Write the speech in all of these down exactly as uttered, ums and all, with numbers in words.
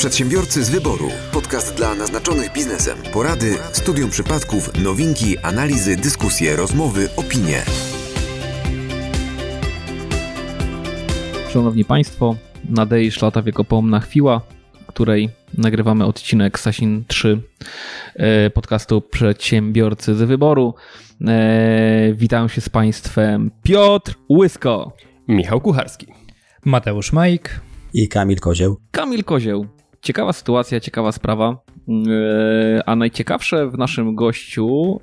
Przedsiębiorcy z wyboru. Podcast dla naznaczonych biznesem. Porady, studium przypadków, nowinki, analizy, dyskusje, rozmowy, opinie. Szanowni Państwo, nadejść lata wiekopomna chwila, w której nagrywamy odcinek Sasin trzy podcastu Przedsiębiorcy z wyboru. Witam się z Państwem Piotr Łysko, Michał Kucharski, Mateusz Majk i Kamil Kozieł. Kamil Kozieł. Ciekawa sytuacja, ciekawa sprawa, a najciekawsze w naszym gościu,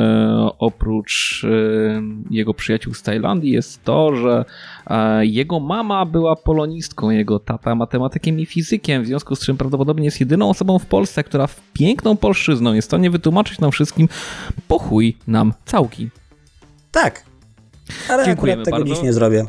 oprócz jego przyjaciół z Tajlandii, jest to, że jego mama była polonistką, jego tata matematykiem i fizykiem, w związku z czym prawdopodobnie jest jedyną osobą w Polsce, która w piękną polszczyzną jest w stanie wytłumaczyć nam wszystkim po chuj nam całki. Tak. Ale dziękujemy tego bardzo. Dziś nie zrobię.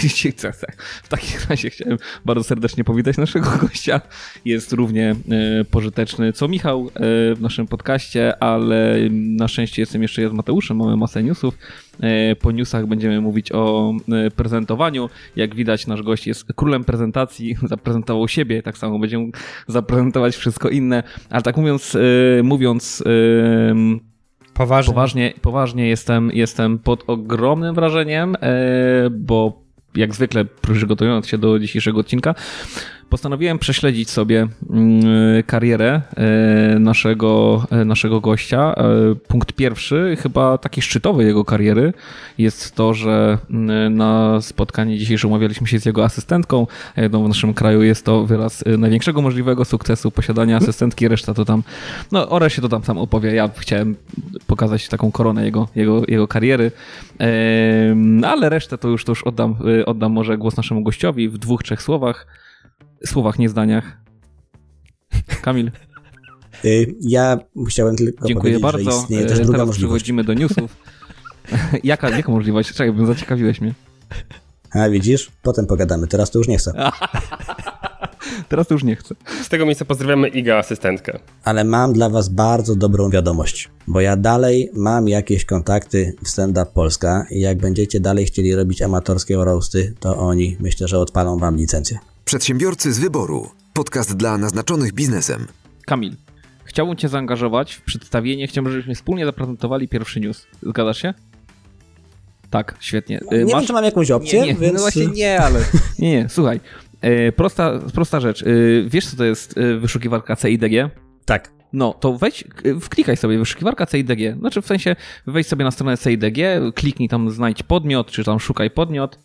W takim razie chciałem bardzo serdecznie powitać naszego gościa. Jest równie pożyteczny co Michał w naszym podcaście, ale na szczęście jestem jeszcze ja z Mateuszem, mamy masę newsów. Po newsach będziemy mówić o prezentowaniu. Jak widać, nasz gość jest królem prezentacji, zaprezentował siebie, tak samo będziemy zaprezentować wszystko inne, ale tak mówiąc, mówiąc Poważnie. Poważnie, poważnie jestem, jestem pod ogromnym wrażeniem, bo jak zwykle przygotowując się do dzisiejszego odcinka, postanowiłem prześledzić sobie karierę naszego, naszego gościa. Punkt pierwszy, chyba taki szczytowy jego kariery, jest to, że na spotkanie dzisiejsze umawialiśmy się z jego asystentką. W naszym kraju jest to wyraz największego możliwego sukcesu posiadania asystentki, reszta to tam, no o reszcie to tam sam opowie. Ja chciałem pokazać taką koronę jego, jego, jego kariery, ale resztę to już, to już oddam, oddam może głos naszemu gościowi w dwóch, trzech słowach. Słowach, nie zdaniach. Kamil. Ja chciałem tylko Dziękuję powiedzieć, bardzo. że istnieje też druga Teraz możliwość. przechodzimy do newsów. Jaka, jaka możliwość? Czekaj, bo zaciekawiłeś mnie. A widzisz? Potem pogadamy. Teraz to już nie chcę. Teraz to już nie chcę. Z tego miejsca pozdrawiamy Iga, asystentkę. Ale mam dla was bardzo dobrą wiadomość, bo ja dalej mam jakieś kontakty w Stand Up Polska i jak będziecie dalej chcieli robić amatorskie roasty, to oni myślę, że odpalą wam licencję. Przedsiębiorcy z wyboru. Podcast dla naznaczonych biznesem. Kamil, chciałbym cię zaangażować w przedstawienie. Chciałbym, żebyśmy wspólnie zaprezentowali pierwszy news. Zgadzasz się? Tak, świetnie. Nie Masz... wiem, czy mam jakąś opcję, nie, nie, więc... No właśnie nie, ale... Nie, nie, słuchaj. Prosta, prosta rzecz. Wiesz, co to jest wyszukiwarka C I D G? Tak. No, to weź, wklikaj sobie wyszukiwarka C I D G. Znaczy w sensie wejdź sobie na stronę C I D G, kliknij tam znajdź podmiot, czy tam szukaj podmiot.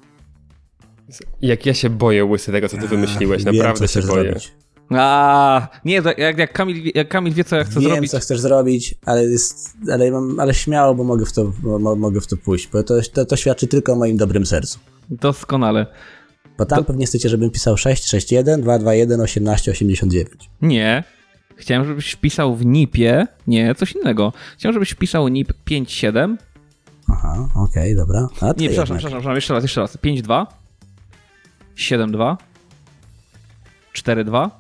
Jak ja się boję, Łysy, tego, co ty wymyśliłeś. Wiem, Naprawdę co się boję. Zrobić. A, nie, jak, jak, Kamil, jak Kamil wie, co ja chcę Wiem, zrobić. Wiem, co chcesz zrobić, ale, jest, ale, mam, ale śmiało, bo mogę w to, bo, mogę w to pójść, bo to, to, to świadczy tylko o moim dobrym sercu. Doskonale. Bo tam to... pewnie chcecie, żebym pisał sześć sześć jeden dwa dwa jeden osiemnaście osiemdziesiąt dziewięć. Nie. Chciałem, żebyś wpisał w nipie, nie, coś innego. Chciałem, żebyś wpisał nip pięć siedem. Aha, okej, okay, dobra. A nie, przepraszam, przepraszam, przepraszam, jeszcze raz, jeszcze raz. pięć dwa siedem dwa cztery dwa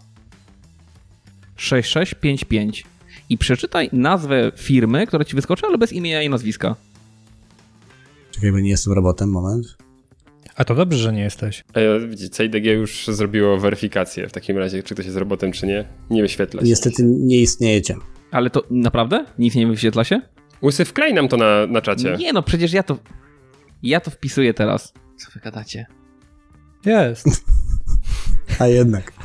sześć sześć pięć pięć i przeczytaj nazwę firmy, która ci wyskoczy, ale bez imienia i nazwiska. Czekaj, bo nie jestem robotem, moment. A to dobrze, że nie jesteś. Widzicie, C I D G już zrobiło weryfikację w takim razie, czy ktoś jest robotem, czy nie. Nie wyświetla się. Niestety nie istniejecie. Ale to naprawdę? Nic nie wyświetla się? Łysy, wklej nam to na, na czacie. Nie no, przecież ja to ja to wpisuję teraz. Co wy gadacie? Jest. A jednak.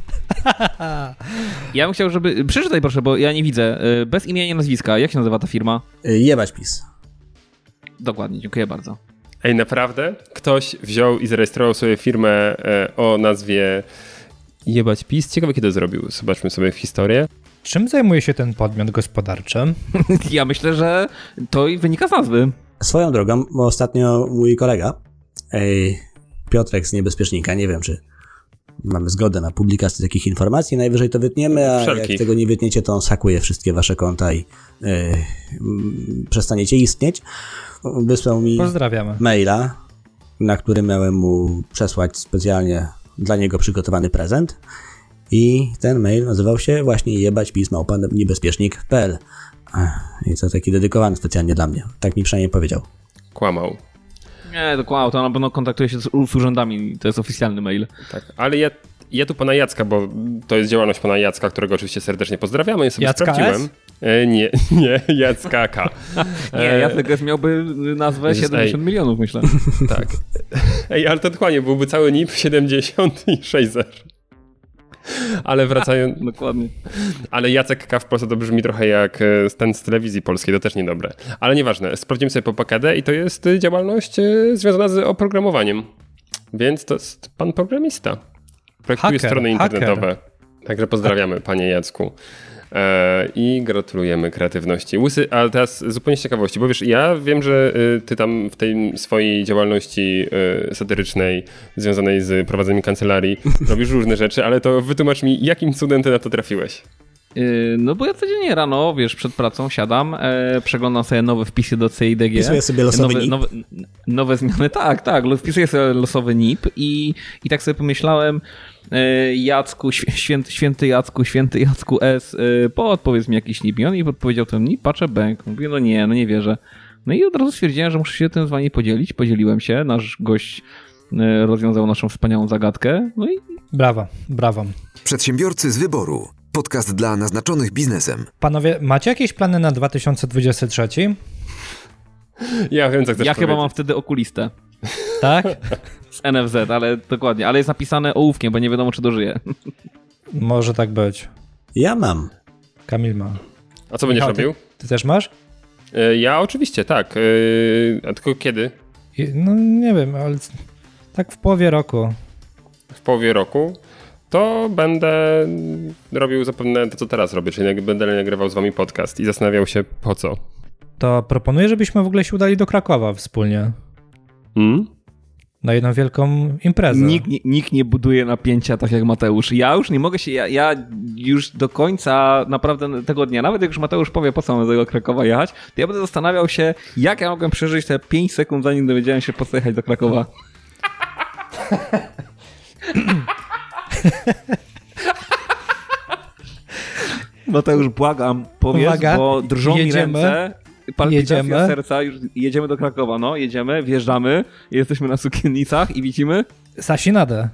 Ja bym chciał, żeby... Przeczytaj proszę, bo ja nie widzę. Bez imienia i nazwiska. Jak się nazywa ta firma? Jebać PiS. Dokładnie, dziękuję bardzo. Ej, naprawdę? Ktoś wziął i zarejestrował sobie firmę e, o nazwie Jebać PiS. Ciekawe, kiedy to zrobił. Zobaczmy sobie w historię. Czym zajmuje się ten podmiot gospodarczy? Ja myślę, że to wynika z nazwy. Swoją drogą, bo ostatnio mój kolega, ej, Piotrek z Niebezpiecznika, nie wiem, czy mamy zgodę na publikację takich informacji, najwyżej to wytniemy, a Wszelkich. Jak tego nie wytniecie, to on sakuje wszystkie wasze konta i yy, przestaniecie istnieć. Wysłał mi Pozdrawiamy. maila, na którym miałem mu przesłać specjalnie dla niego przygotowany prezent i ten mail nazywał się właśnie jebać PiS małpa niebezpiecznik kropka p l. I to taki dedykowany specjalnie dla mnie. Tak mi przynajmniej powiedział. Kłamał. Nie, to kłamał, to na pewno kontaktuje się z, z urzędami, to jest oficjalny mail. Tak, ale ja Ja tu pana Jacka, bo to jest działalność pana Jacka, którego oczywiście serdecznie pozdrawiamy. Ja sobie Jacka sprawdziłem. S? E, nie, nie, Jacka K. Nie, Jacek S miałby nazwę Jest- siedemdziesiąt ej. milionów, myślę. Tak. Ej, ale to dokładnie, byłby cały N I P siedemdziesiąt i sześć zer. Ale wracając... Dokładnie. Ale Jacek K w Polsce to brzmi trochę jak e, ten z telewizji polskiej, to też niedobre. Ale nieważne, sprawdzimy sobie po P K D i to jest e, działalność e, związana z oprogramowaniem. Więc to jest pan programista. Projektuje Haker, strony haker. internetowe. Także pozdrawiamy, panie Jacku. E, I gratulujemy kreatywności. Łysy, a teraz zupełnie z ciekawości, bo wiesz, ja wiem, że y, ty tam w tej swojej działalności y, satyrycznej związanej z prowadzeniem kancelarii robisz różne rzeczy, ale to wytłumacz mi, jakim cudem ty na to trafiłeś? Yy, No bo ja codziennie rano, wiesz, przed pracą siadam, e, przeglądam sobie nowe wpisy do C I D G. Wpisuję sobie losowy nowe, N I P. nowe, nowe zmiany, tak, tak, lo- wpisuję sobie losowy N I P i, i tak sobie pomyślałem, e, Jacku, świę- święty, święty Jacku, święty Jacku S, e, podpowiedz mi jakiś N I P. I on mi podpowiedział ten N I P, patrzę, bęk. Mówię, no nie, no nie wierzę. No i od razu stwierdziłem, że muszę się tym z wami podzielić. Podzieliłem się, nasz gość e, rozwiązał naszą wspaniałą zagadkę. No i Brawa, brawo. Przedsiębiorcy z wyboru. Podcast dla naznaczonych biznesem. Panowie, macie jakieś plany na dwa tysiące dwudziesty trzeci? Ja wiem, co chcesz ja chyba mam powiedzieć. wtedy okulistę Tak? z N F Z, ale dokładnie. Ale jest napisane ołówkiem, bo nie wiadomo, czy dożyje. Może tak być. Ja mam. Kamil ma. A co będziesz Michał, ty- robił? Ty też masz? E, Ja oczywiście, tak. E, A tylko kiedy? I- No nie wiem, ale c- tak w połowie roku. W połowie roku. To będę robił zapewne to, co teraz robię, czyli będę nagrywał z wami podcast i zastanawiał się po co. To proponuję, żebyśmy w ogóle się udali do Krakowa wspólnie. Hmm? Na jedną wielką imprezę. Nikt, nie- nikt nie buduje napięcia tak jak Mateusz. Ja już nie mogę się, ja, ja już do końca naprawdę tego dnia, nawet jak już Mateusz powie, po co mam do tego Krakowa jechać, to ja będę zastanawiał się, jak ja mogłem przeżyć te pięć sekund, zanim dowiedziałem się, po co jechać do Krakowa. Mateusz, błagam, powiedz, Uwaga, bo drżą jedziemy. mi ręce, palpitacja Jedziemy. serca, już jedziemy do Krakowa, no, jedziemy, wjeżdżamy, jesteśmy na sukiennicach i widzimy... Sasinadę.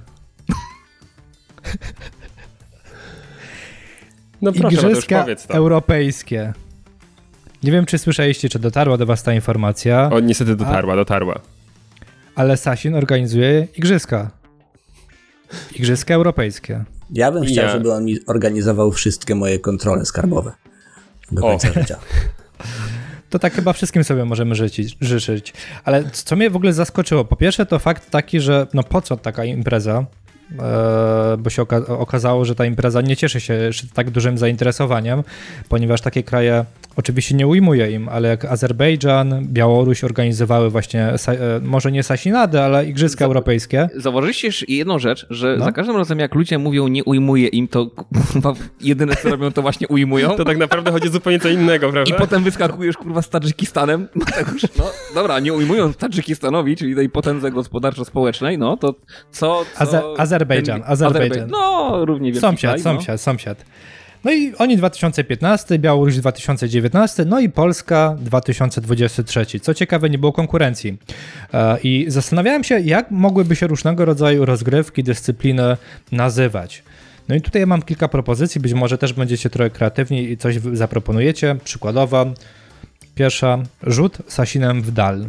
No proszę, Mateusz, Igrzyska powiedz to. europejskie. Nie wiem, czy słyszeliście, czy dotarła do was ta informacja, O, niestety dotarła, dotarła. ale Sasin organizuje igrzyska. Igrzyska europejskie. Ja bym chciał, Ja- żeby on mi organizował wszystkie moje kontrole skarbowe do końca O. życia. To tak chyba wszystkim sobie możemy życzyć, życzyć. Ale co mnie w ogóle zaskoczyło? Po pierwsze to fakt taki, że no po co taka impreza? Eee, bo się oka- okazało, że ta impreza nie cieszy się jeszcze tak dużym zainteresowaniem, ponieważ takie kraje, oczywiście nie ujmuję im, ale jak Azerbejdżan, Białoruś organizowały właśnie, sa- e, może nie Sasinady, ale Igrzyska Za- Europejskie. Zauważyliście już jedną rzecz, że No. za każdym razem jak ludzie mówią nie ujmuje im, to kurwa jedyne co robią to właśnie ujmują. To tak naprawdę chodzi o zupełnie co innego, I prawda? potem wyskakujesz kurwa z Tadżykistanem. Mateusz, no dobra, nie ujmując Tadżykistanowi, czyli tej potędze gospodarczo-społecznej, no to co... co Aze- Azerbejdżan, ten- Azerbejdżan. No, równie wielki Sąsiad, kraj, sąsiad, sąsiad. No i oni dwa tysiące piętnasty, Białoruś dwa tysiące dziewiętnasty, no i Polska dwa tysiące dwudziesty trzeci. Co ciekawe, nie było konkurencji. E, I zastanawiałem się, jak mogłyby się różnego rodzaju rozgrywki, dyscypliny nazywać. No i tutaj ja mam kilka propozycji, być może też będziecie trochę kreatywni i coś wy- zaproponujecie. Przykładowo, pierwsza, rzut Sasinem w dal.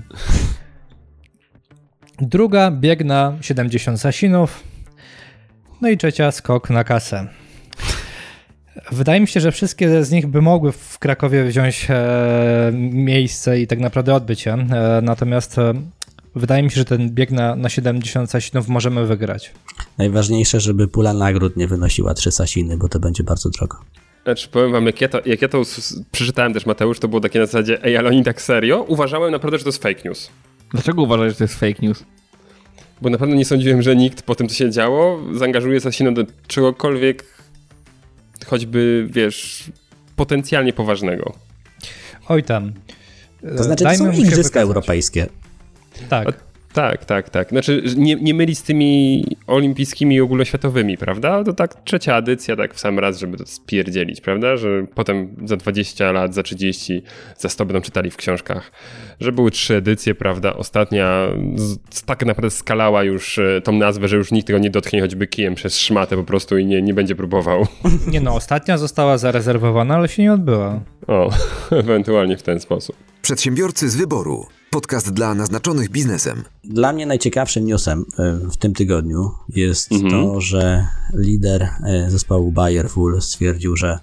Druga, bieg na siedemdziesiąt Sasinów. No i trzecia, skok na kasę. Wydaje mi się, że wszystkie z nich by mogły w Krakowie wziąć e, miejsce i tak naprawdę odbyć je. E, natomiast e, wydaje mi się, że ten bieg na, na siedemdziesiąt Sasinów możemy wygrać. Najważniejsze, żeby pula nagród nie wynosiła trzy Sasiny, bo to będzie bardzo drogo. Znaczy, powiem wam, jak ja to, jak ja to us- przeczytałem też, Mateusz, to było takie na zasadzie, ej, ale oni tak serio? Uważałem naprawdę, że to jest fake news. Dlaczego uważasz, że to jest fake news? Bo naprawdę nie sądziłem, że nikt po tym, co się działo, zaangażuje Sasina do czegokolwiek, choćby, wiesz, potencjalnie poważnego. Oj tam. To znaczy, to Dajmy są mu się igrzyska wykazać. europejskie. Tak. Tak, tak, tak. Znaczy nie, nie mylić z tymi olimpijskimi i ogólnoświatowymi, prawda? To tak trzecia edycja, tak w sam raz, żeby to spierdzielić, prawda? Że potem za dwadzieścia lat, za trzydzieści, za sto będą czytali w książkach, że były trzy edycje, prawda? Ostatnia z, tak naprawdę skalała już tą nazwę, że już nikt tego nie dotknie choćby kijem przez szmatę po prostu i nie, nie będzie próbował. Nie no, ostatnia została zarezerwowana, ale się nie odbyła. O, ewentualnie w ten sposób. Przedsiębiorcy z wyboru. Podcast dla naznaczonych biznesem. Dla mnie najciekawszym newsem w tym tygodniu jest mhm. to, że lider zespołu Bayerful stwierdził, że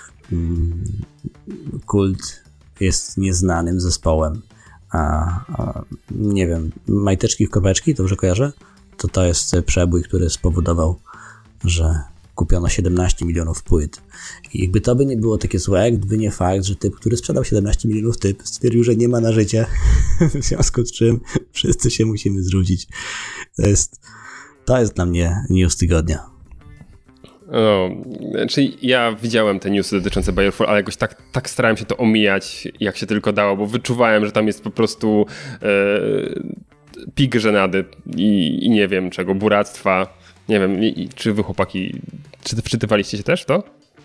Kult jest nieznanym zespołem. A, a nie wiem, majteczki w korbeczki, dobrze kojarzę? To to jest przebój, który spowodował, że kupiono siedemnaście milionów płyt. I jakby to by nie było takie złe, gdyby nie fakt, że typ, który sprzedał siedemnaście milionów typ, stwierdził, że nie ma na życie, w związku z czym wszyscy się musimy zrzucić. To jest, to jest dla mnie news tygodnia. No, czyli ja widziałem te newsy dotyczące Bayerful, ale jakoś tak, tak starałem się to omijać, jak się tylko dało, bo wyczuwałem, że tam jest po prostu e, pik żenady i, i nie wiem czego, buractwa. Nie wiem, i, czy wy chłopaki, czy wczytywaliście się też w to?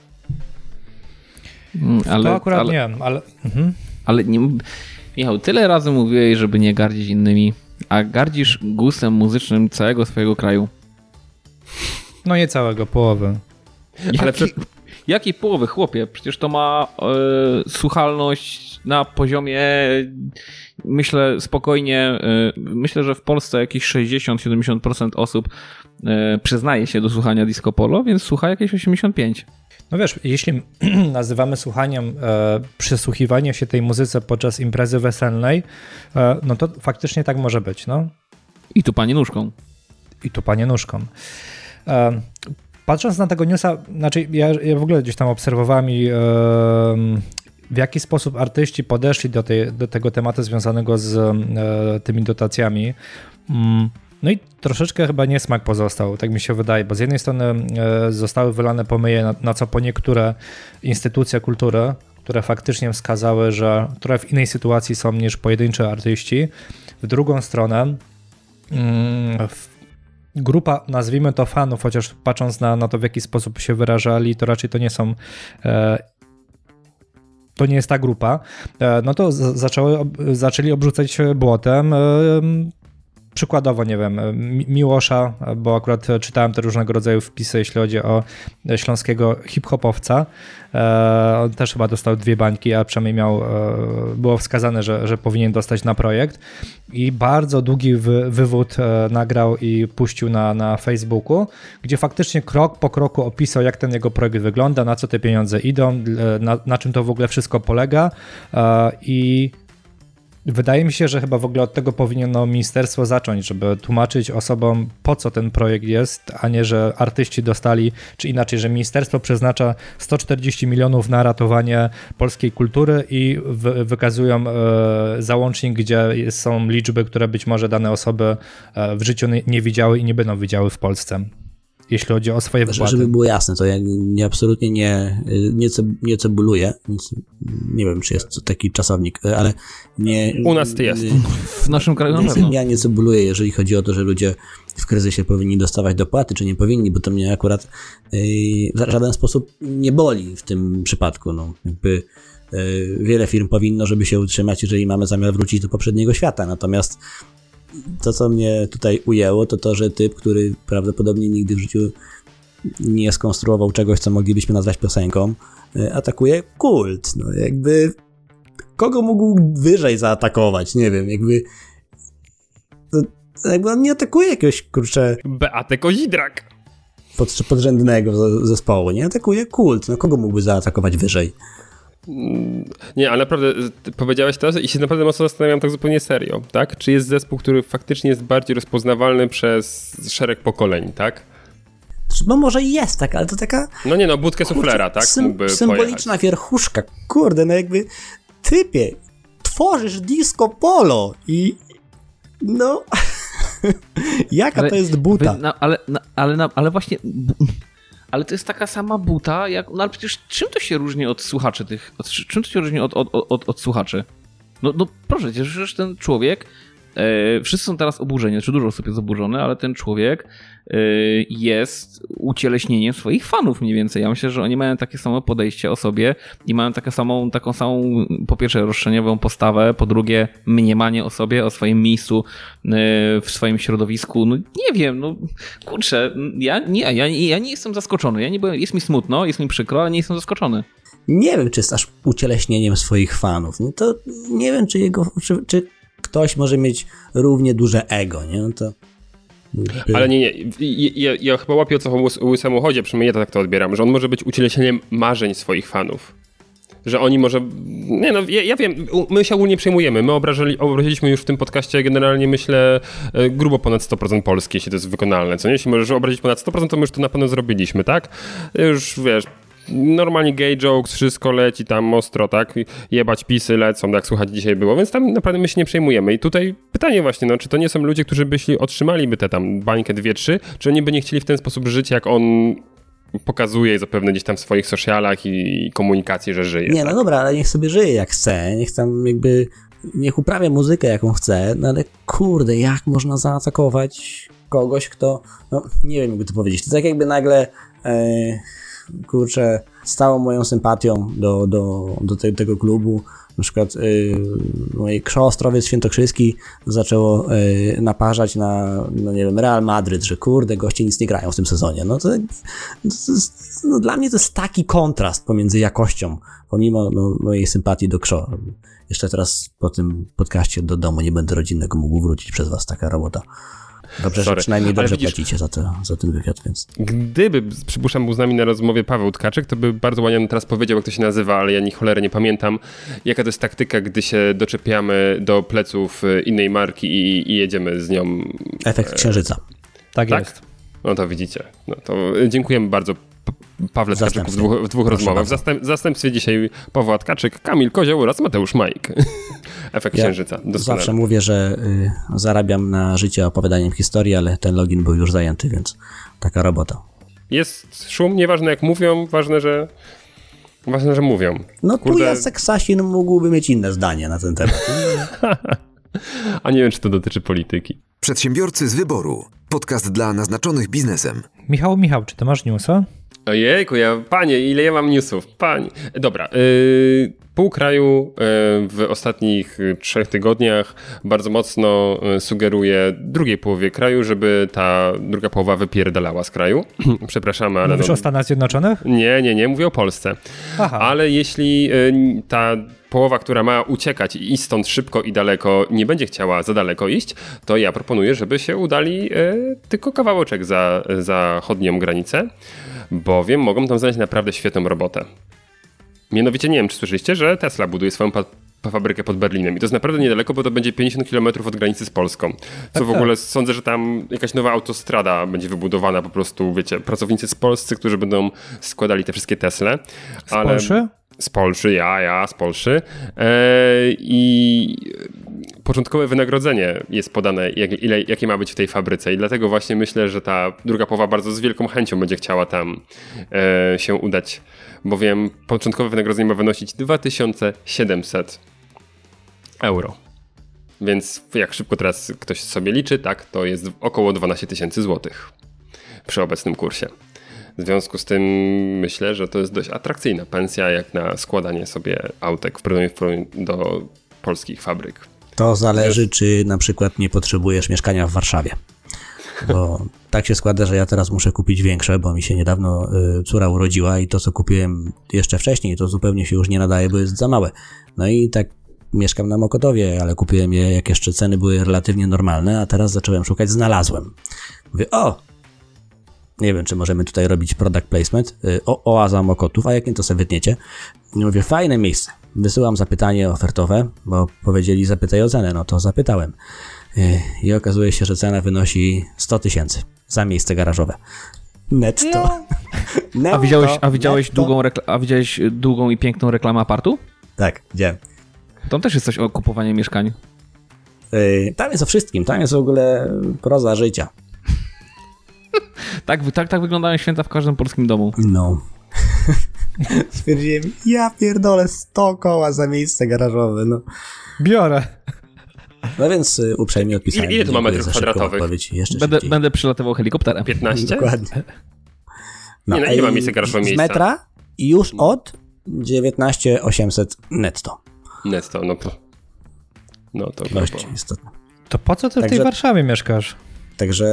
Ale, to akurat ale, nie, ale... Mhm. Ale nie, Michał, tyle razy mówiłeś, żeby nie gardzić innymi, a gardzisz gustem muzycznym całego swojego kraju. No nie całego, połowy. Jaki, ale przecież... Jakiej połowy, chłopie? Przecież to ma e, słuchalność na poziomie, myślę spokojnie, e, myślę, że w Polsce jakieś sześćdziesiąt do siedemdziesięciu procent osób e, przyznaje się do słuchania disco polo, więc słucha jakieś osiemdziesiąt pięć procent. No wiesz, jeśli nazywamy słuchaniem e, przysłuchiwanie się tej muzyce podczas imprezy weselnej, e, no to faktycznie tak może być, no. I tu panie nóżką. I tu panie nóżką. E, Patrząc na tego newsa, znaczy ja, ja w ogóle gdzieś tam obserwowałem i, e, w jaki sposób artyści podeszli do, tej, do tego tematu związanego z e, tymi dotacjami. Mm, no i troszeczkę chyba niesmak pozostał, tak mi się wydaje, bo z jednej strony e, zostały wylane pomyje, na, na co po niektóre instytucje kultury, które faktycznie wskazały, że trochę w innej sytuacji są niż pojedynczy artyści. W drugą stronę mm, w grupa, nazwijmy to fanów, chociaż patrząc na, na to, w jaki sposób się wyrażali, to raczej to nie są, e, to nie jest ta grupa, e, no to z, zaczęły, ob, zaczęli obrzucać błotem. E, Przykładowo, nie wiem, Miłosza, bo akurat czytałem te różnego rodzaju wpisy, jeśli chodzi o śląskiego hip-hopowca. On też chyba dostał dwie bańki, a przynajmniej miał, było wskazane, że, że powinien dostać na projekt. I bardzo długi wy, wywód nagrał i puścił na, na Facebooku, gdzie faktycznie krok po kroku opisał, jak ten jego projekt wygląda, na co te pieniądze idą, na, na czym to w ogóle wszystko polega. I wydaje mi się, że chyba w ogóle od tego powinno ministerstwo zacząć, żeby tłumaczyć osobom, po co ten projekt jest, a nie, że artyści dostali, czy inaczej, że ministerstwo przeznacza sto czterdzieści milionów na ratowanie polskiej kultury i wy- wykazują e, załącznik, gdzie są liczby, które być może dane osoby e, w życiu nie, nie widziały i nie będą widziały w Polsce, jeśli chodzi o swoje wypłaty. Żeby było jasne, to ja nie, absolutnie nie, nie, nie cebuluję, więc nie wiem, czy jest to taki czasownik, ale nie... U nas to jest. W naszym kraju na pewno. Ja nie cebuluję, jeżeli chodzi o to, że ludzie w kryzysie powinni dostawać dopłaty, czy nie powinni, bo to mnie akurat yy, w żaden sposób nie boli w tym przypadku. No, jakby yy, wiele firm powinno, żeby się utrzymać, jeżeli mamy zamiar wrócić do poprzedniego świata, natomiast to, co mnie tutaj ujęło, to to, że typ, który prawdopodobnie nigdy w życiu nie skonstruował czegoś, co moglibyśmy nazwać piosenką, atakuje kult. No jakby kogo mógł wyżej zaatakować? Nie wiem, jakby to, jakby on nie atakuje jakiegoś, kurczę... Beatę Kozidrak. Pod, podrzędnego zespołu, nie? Atakuje kult. No kogo mógłby zaatakować wyżej? Nie, ale naprawdę powiedziałeś to i się naprawdę mocno zastanawiam tak zupełnie serio, tak? Czy jest zespół, który faktycznie jest bardziej rozpoznawalny przez szereg pokoleń, tak? No może jest tak, ale to taka... No nie no, budkę suflera, tak? Sym, Mógłby symboliczna pojechać. Wierchuszka. Kurde, no jakby typie, tworzysz disco polo i no... Jaka ale, to jest buta? Wy, no, ale, no, ale, no, ale właśnie... Ale to jest taka sama buta, jak. No ale przecież czym to się różni od słuchaczy tych. Od, czym to się różni od, od, od, od słuchaczy? No, no proszę cię, przecież ten człowiek e, wszyscy są teraz oburzeni, znaczy dużo osób jest oburzone, ale ten człowiek e, jest ucieleśnieniem swoich fanów mniej więcej. Ja myślę, że oni mają takie samo podejście o sobie i mają taką samą, taką samą po pierwsze roszczeniową postawę, po drugie mniemanie o sobie, o swoim miejscu e, w swoim środowisku. No nie wiem, no kurczę, ja nie, ja, ja nie jestem zaskoczony. Ja nie byłem, jest mi smutno, jest mi przykro, ale nie jestem zaskoczony. Nie wiem, czy jest aż ucieleśnieniem swoich fanów. No to nie wiem, czy jego, czy, czy ktoś może mieć równie duże ego, nie? No to... Ale nie, nie. Ja, ja chyba łapię, o co Łysemu chodzi, przynajmniej ja tak to odbieram, że on może być ucieleśnieniem marzeń swoich fanów. Że oni może... Nie no, ja, ja wiem, my się ogólnie przejmujemy. My obrażali, obraziliśmy już w tym podcaście generalnie, myślę, grubo ponad sto procent Polski, jeśli to jest wykonalne. Co nie? Jeśli możesz obrazić ponad sto procent, to my już to na pewno zrobiliśmy, tak? Już, wiesz... Normalnie gay jokes, wszystko leci tam ostro, tak? Jebać pisy lecą, jak słuchać dzisiaj było, więc tam naprawdę my się nie przejmujemy. I tutaj pytanie właśnie, no, czy to nie są ludzie, którzy by jeśli otrzymaliby te tam bańkę dwie, trzy, czy oni by nie chcieli w ten sposób żyć, jak on pokazuje zapewne gdzieś tam w swoich socialach i komunikacji, że żyje. Nie, no dobra, ale niech sobie żyje jak chce, niech tam jakby, niech uprawia muzykę jaką chce, no ale kurde, jak można zaatakować kogoś, kto, no nie wiem jakby to powiedzieć, to tak jakby nagle... E... kurczę, z całą moją sympatią do, do, do te, tego klubu, na przykład yy, moje Krzo-Ostrowiec Świętokrzyski zaczęło yy, naparzać na, no nie wiem, Real Madryt, że kurde, goście nic nie grają w tym sezonie. No to, to jest, no dla mnie to jest taki kontrast pomiędzy jakością, pomimo no, mojej sympatii do Krzo. Jeszcze teraz po tym podcaście do domu nie będę rodzinnego mógł wrócić przez was, taka robota. Dobrze, Sorry. że przynajmniej dobrze widzisz, płacicie za, to, za ten wywiad, więc... Gdyby, przypuszczam, był z nami na rozmowie Paweł Tkaczyk, to by bardzo ładnie teraz powiedział, jak to się nazywa, ale ja ni cholery nie pamiętam, jaka to jest taktyka, gdy się doczepiamy do pleców innej marki i, i jedziemy z nią... Efekt księżyca. Tak, tak jest. No to widzicie. No to dziękujemy bardzo Pawle Tkaczyku w dwóch, w dwóch rozmowach. W zastęp, zastępstwie dzisiaj Paweł Tkaczyk, Kamil Kozioł oraz Mateusz Majk. Efekt ja księżyca. Doskonale. Zawsze mówię, że y, zarabiam na życie opowiadaniem historii, ale ten login był już zajęty, więc taka robota. Jest szum, nieważne jak mówią, ważne, że ważne, że mówią. No Kurde... tu Jacek Sasin mógłby mieć inne zdanie na ten temat. A nie wiem, czy to dotyczy polityki. Przedsiębiorcy z wyboru. Podcast dla naznaczonych biznesem. Michał, Michał, czy ty masz newsa? Ojejku, ja, panie, ile ja mam newsów, panie. Dobra, yy, pół kraju yy, w ostatnich trzech tygodniach bardzo mocno yy, sugeruje drugiej połowie kraju, żeby ta druga połowa wypierdalała z kraju. Przepraszamy, ale... Mówisz no, o Stanach Zjednoczonych? Nie, nie, nie, mówię o Polsce. Aha. Ale jeśli yy, ta połowa, która ma uciekać i iść stąd szybko i daleko, nie będzie chciała za daleko iść, to ja proponuję, żeby się udali yy, tylko kawałeczek za zachodnią granicę, bowiem mogą tam znaleźć naprawdę świetną robotę. Mianowicie nie wiem, czy słyszeliście, że Tesla buduje swoją pa- fabrykę pod Berlinem i to jest naprawdę niedaleko, bo to będzie pięćdziesiąt kilometrów od granicy z Polską. Co tak, w ogóle tak. Sądzę, że tam jakaś nowa autostrada będzie wybudowana, po prostu, wiecie, pracownicy z Polscy, którzy będą składali te wszystkie Tesle. Z ale... Polszy? Z Polszy, ja, ja, z Polszy. Eee, I początkowe wynagrodzenie jest podane, jak, ile, jakie ma być w tej fabryce i dlatego właśnie myślę, że ta druga połowa bardzo z wielką chęcią będzie chciała tam e, się udać, bowiem początkowe wynagrodzenie ma wynosić dwa tysiące siedemset euro. Więc jak szybko teraz ktoś sobie liczy, tak, to jest około dwanaście tysięcy złotych przy obecnym kursie. W związku z tym myślę, że to jest dość atrakcyjna pensja jak na składanie sobie autek w porównaniu do polskich fabryk. To zależy, czy na przykład nie potrzebujesz mieszkania w Warszawie. Bo tak się składa, że ja teraz muszę kupić większe, bo mi się niedawno y, córa urodziła i to, co kupiłem jeszcze wcześniej, to zupełnie się już nie nadaje, bo jest za małe. No i tak mieszkam na Mokotowie, ale kupiłem je, jak jeszcze ceny były relatywnie normalne, a teraz zacząłem szukać, znalazłem. Mówię, o! Nie wiem, czy możemy tutaj robić product placement. O, oaza Mokotów, a jak nie, to sobie wytniecie. Mówię, fajne miejsce. Wysyłam zapytanie ofertowe, bo powiedzieli zapytaj o cenę, no to zapytałem. I okazuje się, że cena wynosi sto tysięcy za miejsce garażowe. Netto. No. Netto. A widziałeś, a widziałeś, długą, rekla- a widziałeś długą i piękną reklamę apartu? Tak, widziałem. Tam też jest coś o kupowaniu mieszkań. Yy, tam jest o wszystkim, tam jest w ogóle proza życia. tak, tak, tak wyglądają święta w każdym polskim domu. No. Stwierdziłem, ja pierdolę sto koła za miejsce garażowe, no. Biorę. No więc y, uprzejmie odpisałem. Ile tu mamy Dziękuję metrów za szybką kwadratowych? odpowiedź. Jeszcze Będę, szybciej. będę przylatywał helikopterem. piętnaście? Dokładnie. Nie, no, ile ma miejsce i garszło z miejsca? metra już od dziewiętnaście tysięcy osiemset netto. Netto, no to... No to Dość grubo. istotne. To po co ty w tej Także- Warszawie mieszkasz? Także...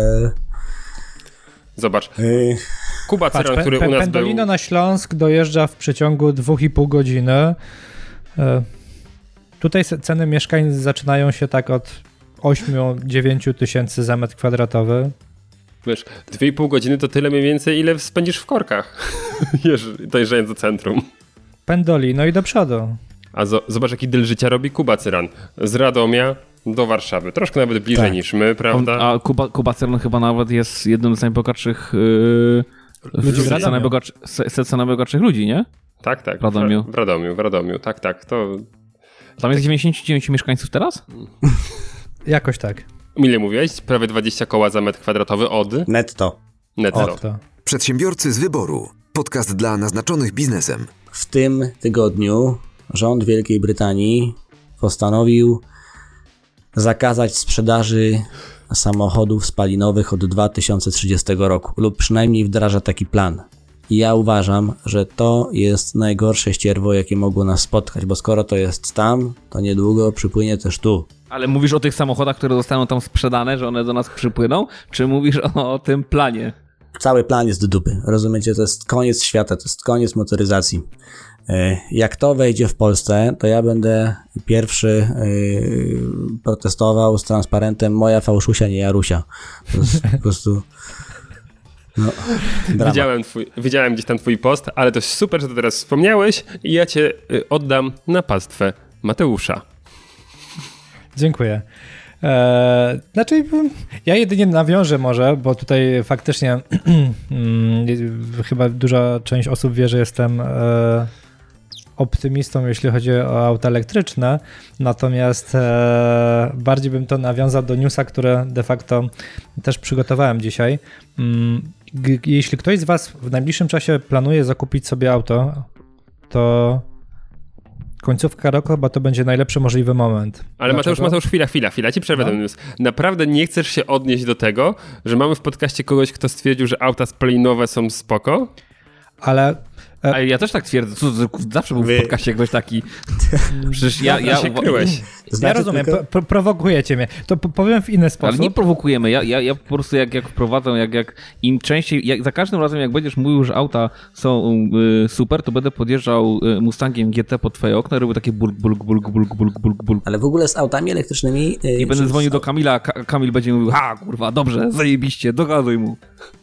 Zobacz, Y, Kuba Patrz, Cyran, który Pe- u nas Pendolino był... na Śląsk dojeżdża w przeciągu dwóch i pół godziny. E, Tutaj se- ceny mieszkań zaczynają się tak od osiem do dziewięciu tysięcy za metr kwadratowy. Wiesz, dwie i pół godziny to tyle mniej więcej, ile spędzisz w korkach, jeż- dojeżdżając do centrum. Pendolino i do przodu. A zo- zobacz, jaki dyl życia robi Kuba Cyran. Z Radomia do Warszawy. Troszkę nawet bliżej Tak. niż my, On, prawda? a Kuba, Kuba Cern chyba nawet jest jednym z najbogatszych yy, Ludzi w setce Radomiu. najbogatszy, se- setce najbogatszych ludzi, nie? Tak, tak. w Radomiu. W Radomiu, w Radomiu. Tak, tak. To Tam jest dziewięćdziesiąt dziewięć mieszkańców teraz? Jakoś tak. ile mówiłeś? Prawie dwadzieścia koła za metr kwadratowy od netto. netto. Od to. Przedsiębiorcy z wyboru. Podcast dla naznaczonych biznesem. W tym tygodniu rząd Wielkiej Brytanii postanowił zakazać sprzedaży samochodów spalinowych od dwa tysiące trzydziestego roku, lub przynajmniej wdraża taki plan. I ja uważam, że to jest najgorsze ścierwo, jakie mogło nas spotkać, bo skoro to jest tam, to niedługo przypłynie też tu. Ale mówisz o tych samochodach, które zostaną tam sprzedane, że one do nas przypłyną? Czy mówisz o, o tym planie? Cały plan jest do dupy, rozumiecie? To jest koniec świata, to jest koniec motoryzacji. E, Jak to wejdzie w Polsce, to ja będę pierwszy yy, protestował z transparentem moja fałszusia, nie Jarusia. To jest po prostu... No, dramat. Widziałem, twój, widziałem gdzieś tam twój post, ale to super, że to teraz wspomniałeś i ja cię y, oddam na pastwę Mateusza. Dziękuję. Eee, znaczy, ja jedynie nawiążę może, bo tutaj faktycznie mm, chyba duża część osób wie, że jestem e, optymistą, jeśli chodzi o auta elektryczne, natomiast e, bardziej bym to nawiązał do newsa, które de facto też przygotowałem dzisiaj. Mm, g- jeśli ktoś z was w najbliższym czasie planuje zakupić sobie auto, to końcówka roku chyba to będzie najlepszy możliwy moment. Ale Mateusz, Dlaczego? Mateusz, chwila, chwila, chwila, ci przerwę No. ten news. Naprawdę nie chcesz się odnieść do tego, że mamy w podcaście kogoś, kto stwierdził, że auta spalinowe są spoko? Ale A ja też tak twierdzę. Co, co, zawsze był Wy- w podcaście ktoś taki. Przecież ja... Ja ja się uwa- kryłeś. Znaczy ja rozumiem, tylko- pro, prowokujecie mnie. To po- powiem w inny Ale sposób. nie prowokujemy. Ja, ja, ja po prostu jak, jak wprowadzę, jak, jak im częściej, jak za każdym razem jak będziesz mówił, że auta są y, super, to będę podjeżdżał y, Mustangiem G T pod twoje okno i robił takie bulk, bulk, bulk, bulk, bulk, bulk, bulk. Ale w ogóle z autami elektrycznymi... Yy, I będę czy dzwonił z- do Kamila, a Ka- Kamil będzie mówił, ha kurwa, dobrze, zajebiście, dogaduj mu.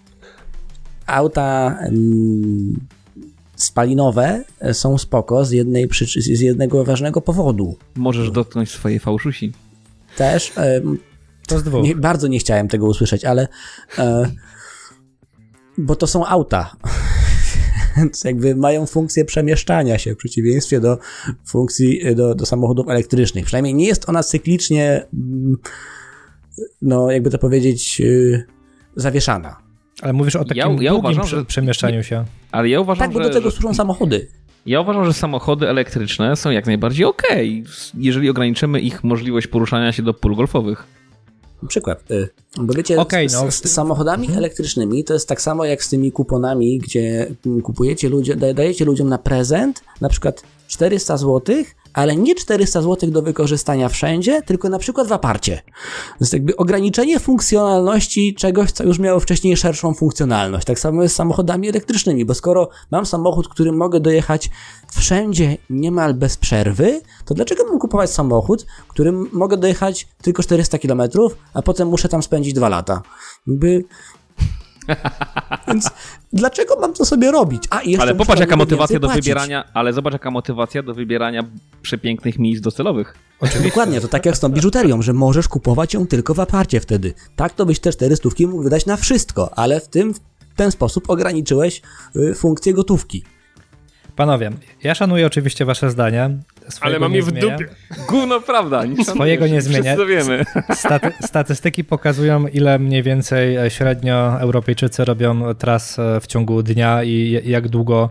Auta mm, spalinowe są spoko z, jednej przyczy- z jednego ważnego powodu. Możesz dotknąć swojej fałszusi. Też em, To z dwóch. nie, bardzo nie chciałem tego usłyszeć, ale e, bo to są auta. Więc jakby mają funkcję przemieszczania się w przeciwieństwie do funkcji do, do samochodów elektrycznych. Przynajmniej nie jest ona cyklicznie mm, no jakby to powiedzieć yy, zawieszana. Ale mówisz o takim Ja- ja długim uważam, prze- że- przemieszczaniu się. Ale ja uważam, Tak, bo że, do tego że, służą samochody. ja uważam, że samochody elektryczne są jak najbardziej okej, jeżeli ograniczymy ich możliwość poruszania się do pól golfowych. Przykład. y, Bo wiecie, Okej, z, no. z, z samochodami elektrycznymi to jest tak samo jak z tymi kuponami, gdzie mm, kupujecie ludzie, da- dajecie ludziom na prezent na przykład czterysta złotych, ale nie czterysta złotych do wykorzystania wszędzie, tylko na przykład w aparcie. To jest jakby ograniczenie funkcjonalności czegoś, co już miało wcześniej szerszą funkcjonalność. Tak samo jest z samochodami elektrycznymi, bo skoro mam samochód, którym mogę dojechać wszędzie niemal bez przerwy, to dlaczego mam kupować samochód, którym mogę dojechać tylko czterysta kilometrów, a potem muszę tam spędzić dwa lata? Jakby... Więc dlaczego mam to sobie robić? A, i jeszcze Ale muszę popatrz za jaka niego motywacja więcej do płacić. wybierania, ale zobacz jaka motywacja do wybierania przepięknych miejsc docelowych. Dokładnie, to tak jak z tą biżuterią, że możesz kupować ją tylko w aparcie wtedy. Tak to byś te cztery stówki mógł wydać na wszystko, ale w tym w ten sposób ograniczyłeś y, funkcję gotówki. Panowie, ja szanuję oczywiście wasze zdania. Ale Swojego mam nie je w zmienię. dupie. Gówno prawda. Nie Swojego nie zmienię. Wszyscy to wiemy. Staty, statystyki pokazują, ile mniej więcej średnio Europejczycy robią tras w ciągu dnia i jak długo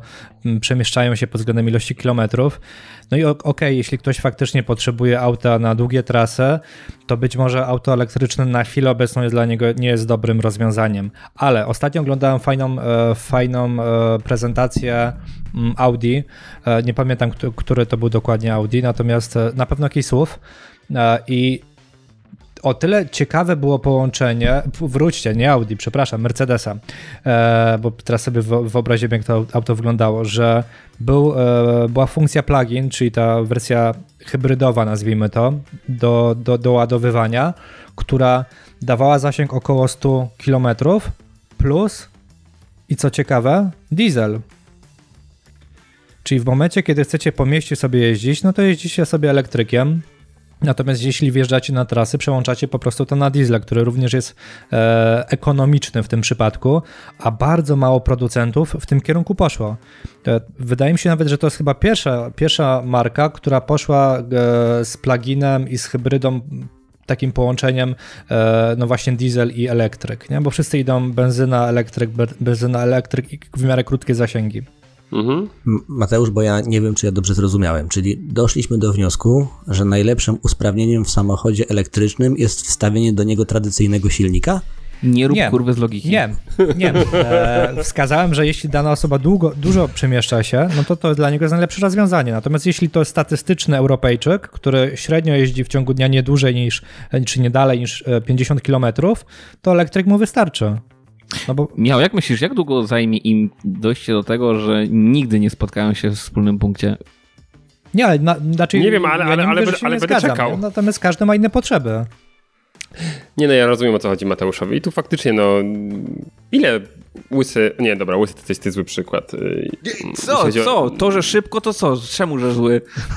przemieszczają się pod względem ilości kilometrów. No i okej, okay, jeśli ktoś faktycznie potrzebuje auta na długie trasy, to być może auto elektryczne na chwilę obecną jest dla niego nie jest dobrym rozwiązaniem. Ale ostatnio oglądałem fajną, fajną prezentację Audi. Nie pamiętam, który to był dokładnie Audi, natomiast na pewno jakiś S U V i o tyle ciekawe było połączenie, wróćcie, nie Audi, przepraszam, Mercedesa, e, bo teraz sobie wyobraziłem, jak to auto wyglądało, że był, e, była funkcja plug-in, czyli ta wersja hybrydowa, nazwijmy to, do, do doładowywania, która dawała zasięg około sto kilometrów plus, i co ciekawe, diesel. Czyli w momencie, kiedy chcecie po mieście sobie jeździć, no to jeździcie sobie elektrykiem. Natomiast jeśli wjeżdżacie na trasy, przełączacie po prostu to na diesla, który również jest e, ekonomiczny w tym przypadku, a bardzo mało producentów w tym kierunku poszło. E, wydaje mi się nawet, że to jest chyba pierwsza, pierwsza marka, która poszła e, z pluginem i z hybrydą, takim połączeniem, e, no właśnie diesel i elektryk, nie? Bo wszyscy idą benzyna, elektryk, benzyna, elektryk i w miarę krótkie zasięgi. Mhm. Mateusz, bo ja nie wiem, czy ja dobrze zrozumiałem, czyli doszliśmy do wniosku, że najlepszym usprawnieniem w samochodzie elektrycznym jest wstawienie do niego tradycyjnego silnika? Nie rób nie, kurwy z logiki. Nie, nie. E, wskazałem, że jeśli dana osoba długo, dużo przemieszcza się, no to to dla niego jest najlepsze rozwiązanie. Natomiast jeśli to jest statystyczny Europejczyk, który średnio jeździ w ciągu dnia nie dłużej niż, czy nie dalej niż pięćdziesiąt kilometrów, to elektryk mu wystarczy. No bo... Michał, jak myślisz, jak długo zajmie im dojście do tego, że nigdy nie spotkają się w wspólnym punkcie? Nie, ale na, znaczy, nie wiem, ale, ja ale, nie ale, mówię, ale, ale nie będę zgadzam, czekał. Nie? Natomiast każdy ma inne potrzeby. Nie, no ja rozumiem, o co chodzi Mateuszowi. I tu faktycznie, no, ile łysy... Nie, dobra, łysy to jest ty zły przykład. Co, co? To, że szybko, to co? Czemu, że zły?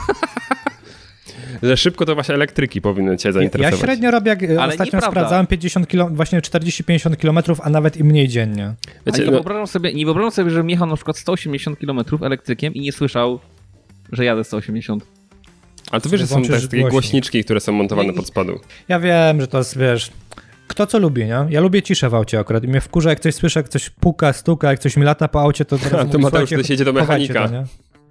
Że szybko to właśnie elektryki powinny cię zainteresować. Ja średnio robię, jak ale ostatnio nieprawda. Sprawdzałem pięćdziesiąt kilo, właśnie czterdzieści pięćdziesiąt kilometrów, a nawet i mniej dziennie. Wiecie, nie, no... wyobrażam sobie, nie wyobrażam sobie, że jechał na przykład sto osiemdziesiąt kilometrów elektrykiem i nie słyszał, że jadę sto osiemdziesiąt. Ale to wiesz, że są też takie głośniczki, które są montowane pod spodu. Ja wiem, że to jest, wiesz... Kto co lubi, nie? Ja lubię ciszę w aucie akurat i mnie wkurza, jak coś słyszę, jak coś puka, stuka, jak coś mi lata po aucie, to... A to Mateusz, to siedzi do mechanika. To, nie?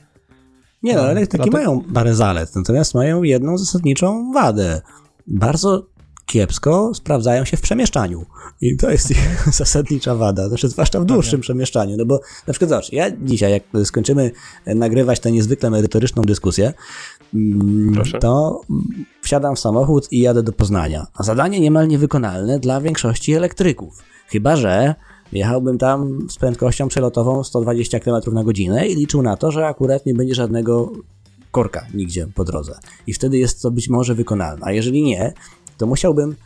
Nie no, elektryki Dlatego... mają parę zalet, natomiast mają jedną zasadniczą wadę. Bardzo kiepsko sprawdzają się w przemieszczaniu. I to jest ich zasadnicza wada, znaczy zwłaszcza w dłuższym przemieszczaniu. No bo na przykład zobacz, ja dzisiaj jak skończymy nagrywać tę niezwykle merytoryczną dyskusję, Proszę. to wsiadam w samochód i jadę do Poznania. A zadanie niemal niewykonalne dla większości elektryków. Chyba że jechałbym tam z prędkością przelotową sto dwadzieścia kilometrów na godzinę i liczył na to, że akurat nie będzie żadnego korka nigdzie po drodze. I wtedy jest to być może wykonalne. A jeżeli nie, to musiałbym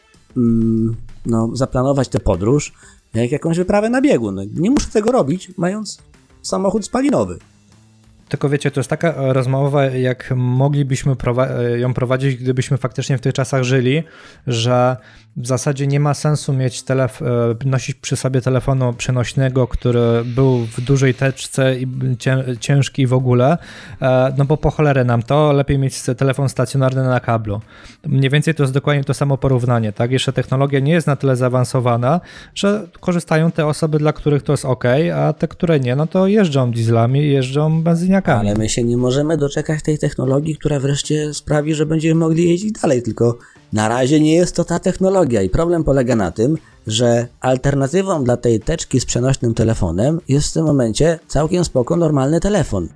mm, no, zaplanować tę podróż jak jakąś wyprawę na biegun. No, nie muszę tego robić, mając samochód spalinowy. Tylko wiecie, to jest taka rozmowa, jak moglibyśmy prowa- ją prowadzić, gdybyśmy faktycznie w tych czasach żyli, że w zasadzie nie ma sensu mieć telef- nosić przy sobie telefonu przenośnego, który był w dużej teczce i cię- ciężki w ogóle, no bo po cholerę nam to, lepiej mieć telefon stacjonarny na kablu. Mniej więcej to jest dokładnie to samo porównanie, tak? Jeszcze technologia nie jest na tyle zaawansowana, że korzystają te osoby, dla których to jest ok, a te, które nie, no to jeżdżą dieslami, jeżdżą benzyniakami. Ale my się nie możemy doczekać tej technologii, która wreszcie sprawi, że będziemy mogli jeździć dalej, tylko na razie nie jest to ta technologia i problem polega na tym, że alternatywą dla tej teczki z przenośnym telefonem jest w tym momencie całkiem spoko normalny telefon.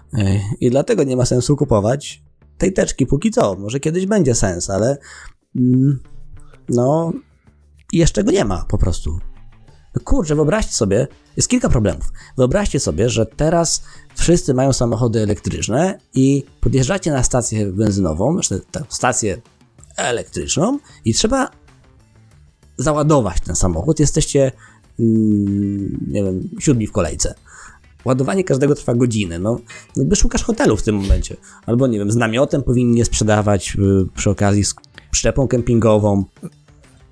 I dlatego nie ma sensu kupować tej teczki póki co. Może kiedyś będzie sens, ale mm, no jeszcze go nie ma po prostu. No kurczę, wyobraźcie sobie, jest kilka problemów. Wyobraźcie sobie, że teraz wszyscy mają samochody elektryczne i podjeżdżacie na stację benzynową, znaczy tę stację elektryczną i trzeba załadować ten samochód. Jesteście, mm, nie wiem, siódmi w kolejce. Ładowanie każdego trwa godzinę. No, jakby szukasz hotelu w tym momencie. Albo, nie wiem, z namiotem powinni je sprzedawać yy, przy okazji z przyczepą kempingową.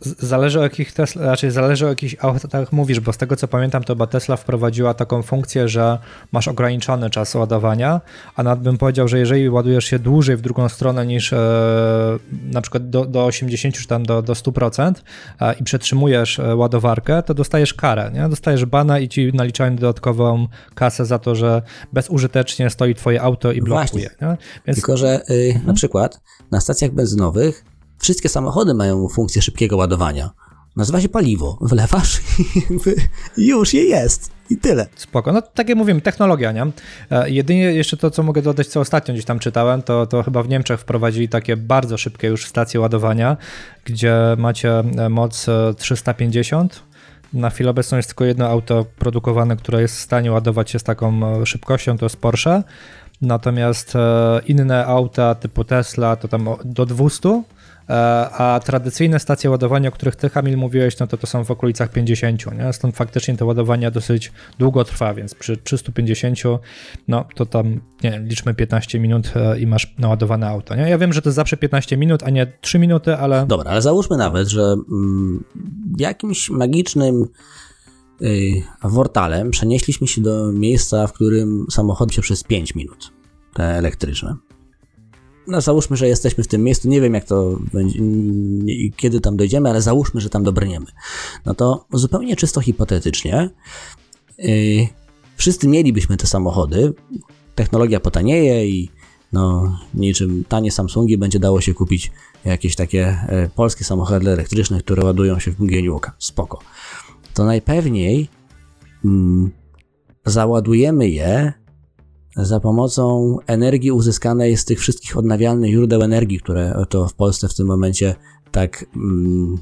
Zależy o jakich Tesla, raczej zależy o jakich autach mówisz, bo z tego co pamiętam, to chyba Tesla wprowadziła taką funkcję, że masz ograniczony czas ładowania, a nawet bym powiedział, że jeżeli ładujesz się dłużej w drugą stronę niż e, na przykład do, do osiemdziesięciu czy tam do, do stu procent e, i przetrzymujesz ładowarkę, to dostajesz karę, nie? Dostajesz bana i ci naliczają dodatkową kasę za to, że bezużytecznie stoi twoje auto i blokuje. Nie? Więc... Tylko, że y, mhm. na przykład na stacjach benzynowych wszystkie samochody mają funkcję szybkiego ładowania. Nazywa się paliwo. Wlewasz i już je jest. I tyle. Spoko. No tak jak mówimy, technologia, nie? Jedynie jeszcze to, co mogę dodać, co ostatnio gdzieś tam czytałem, to, to chyba w Niemczech wprowadzili takie bardzo szybkie już stacje ładowania, gdzie macie moc trzysta pięćdziesiąt. Na chwilę obecną jest tylko jedno auto produkowane, które jest w stanie ładować się z taką szybkością, to jest Porsche. Natomiast inne auta typu Tesla to tam do dwustu, a tradycyjne stacje ładowania, o których ty, Kamil, mówiłeś, no to to są w okolicach pięćdziesięciu, nie? Stąd faktycznie to ładowanie dosyć długo trwa, więc przy trzystu pięćdziesięciu, no to tam, nie wiem, liczmy piętnaście minut i masz naładowane auto, nie? Ja wiem, że to jest zawsze piętnaście minut, a nie trzy minuty, ale... Dobra, ale załóżmy nawet, że mm, jakimś magicznym yy, wortalem przenieśliśmy się do miejsca, w którym samochód się przez pięć minut, te elektryczne. No załóżmy, że jesteśmy w tym miejscu, nie wiem jak to będzie i kiedy tam dojdziemy, ale załóżmy, że tam dobrniemy. No to zupełnie czysto hipotetycznie yy, wszyscy mielibyśmy te samochody, technologia potanieje i no niczym tanie Samsungi będzie dało się kupić jakieś takie yy, polskie samochody elektryczne, które ładują się w mgnieniu oka. Spoko. To najpewniej yy, załadujemy je za pomocą energii uzyskanej z tych wszystkich odnawialnych źródeł energii, które to w Polsce w tym momencie tak mm,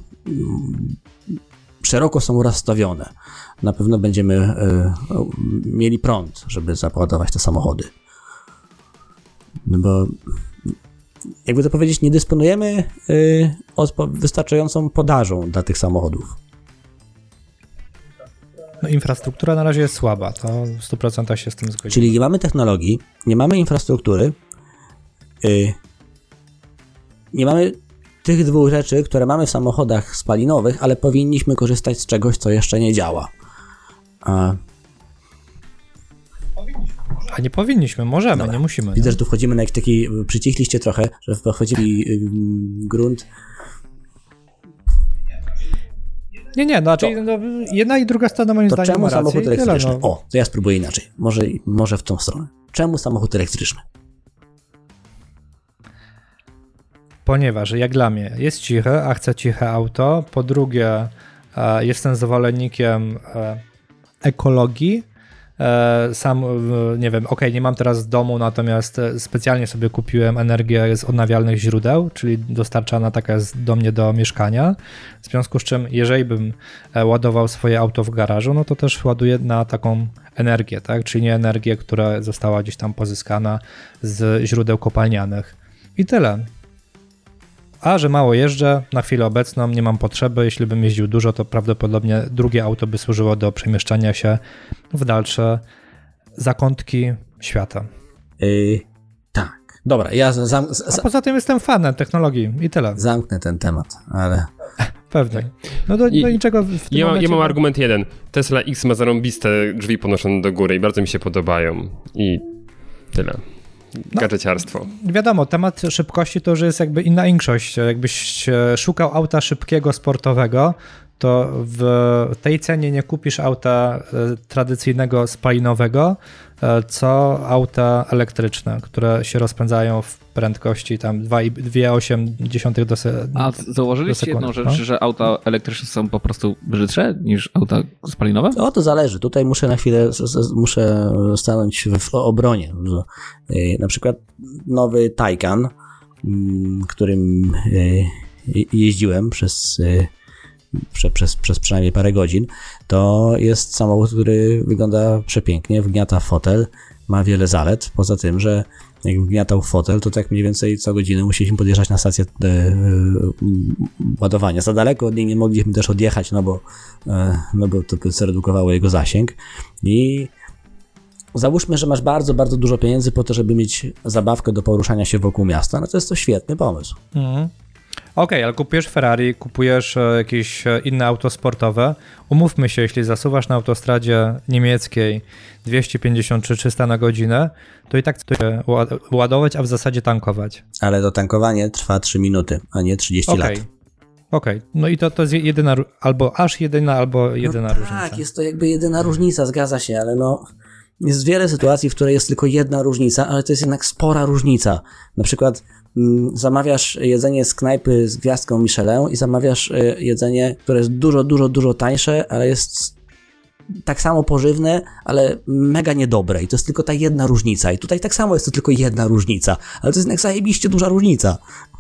szeroko są rozstawione. Na pewno będziemy y, mieli prąd, żeby załadować te samochody. No bo jakby to powiedzieć, nie dysponujemy y, wystarczającą podażą dla tych samochodów. No, infrastruktura na razie jest słaba, to w stu procentach się z tym zgodzimy. Czyli nie mamy technologii, nie mamy infrastruktury, yy, nie mamy tych dwóch rzeczy, które mamy w samochodach spalinowych, ale powinniśmy korzystać z czegoś, co jeszcze nie działa. A, A nie powinniśmy, możemy, Dobra. nie musimy. Widzę, nie? że tu wchodzimy na jakiś taki, przycichliście trochę, że wchodzili yy, grunt. Nie, nie, no, czyli no, jedna i druga strona moim to zdaniem czemu ma rację. Samochód elektryczny? Tyle, no. O, to ja spróbuję inaczej. Może, może w tą stronę. Czemu samochód elektryczny? Ponieważ jak dla mnie jest cichy, a chcę ciche auto. Po drugie, e, jestem zwolennikiem e, ekologii. E, sam, e, nie wiem, okej, nie mam teraz domu, natomiast specjalnie sobie kupiłem energię z odnawialnych źródeł, czyli dostarczana taka jest do mnie do mieszkania. W związku z czym, jeżeli bym ładował swoje auto w garażu, no to też ładuję na taką energię, tak? Czyli nie energię, która została gdzieś tam pozyskana z źródeł kopalnianych. I tyle. A że mało jeżdżę, na chwilę obecną nie mam potrzeby, jeśli bym jeździł dużo, to prawdopodobnie drugie auto by służyło do przemieszczania się w dalsze zakątki świata. Yy, tak. Dobra, ja... Zam- A poza tym jestem fanem technologii i tyle. Zamknę ten temat, ale... Pewnie. No do, I, do niczego w tym ja, momencie... ja mam argument jeden. Tesla X ma zarąbiste drzwi ponoszone do góry i bardzo mi się podobają. I tyle. No, gadżeciarstwo. Wiadomo, temat szybkości to już jest jakby inna większość. Jakbyś szukał auta szybkiego, sportowego, to w tej cenie nie kupisz auta tradycyjnego spalinowego, co auta elektryczne, które się rozpędzają w prędkości tam dwa przecinek osiem do se- A zauważyliście do sekundy, jedną rzecz, no? że auta elektryczne są po prostu brzydsze niż auta spalinowe? O, to zależy. Tutaj muszę na chwilę muszę stanąć w obronie. Na przykład nowy Taycan, którym jeździłem przez Prze, przez, przez przynajmniej parę godzin, to jest samochód, który wygląda przepięknie, wgniata w fotel, ma wiele zalet, poza tym, że jak wgniatał w fotel, to tak mniej więcej co godzinę musieliśmy podjeżdżać na stację e, e, ładowania. Za daleko od niej nie mogliśmy też odjechać, no bo, e, no bo to zredukowało jego zasięg. I załóżmy, że masz bardzo, bardzo dużo pieniędzy po to, żeby mieć zabawkę do poruszania się wokół miasta, no to jest to świetny pomysł. Mhm. okay, ale kupujesz Ferrari, kupujesz jakieś inne auto sportowe. Umówmy się, jeśli zasuwasz na autostradzie niemieckiej dwieście pięćdziesiąt czy trzysta na godzinę, to i tak chcesz ładować, a w zasadzie tankować. Ale to tankowanie trwa trzy minuty, a nie trzydzieści okay. lat. Okej, okay. No i to, to jest jedyna, albo aż jedyna, albo jedyna no różnica. Tak, jest to jakby jedyna różnica, zgadza się, ale no jest wiele sytuacji, w której jest tylko jedna różnica, ale to jest jednak spora różnica. Na przykład mm, zamawiasz jedzenie z knajpy z gwiazdką Michelin i zamawiasz y, jedzenie, które jest dużo, dużo, dużo tańsze, ale jest tak samo pożywne, ale mega niedobre i to jest tylko ta jedna różnica i tutaj tak samo jest to tylko jedna różnica, ale to jest jednak zajebiście duża różnica.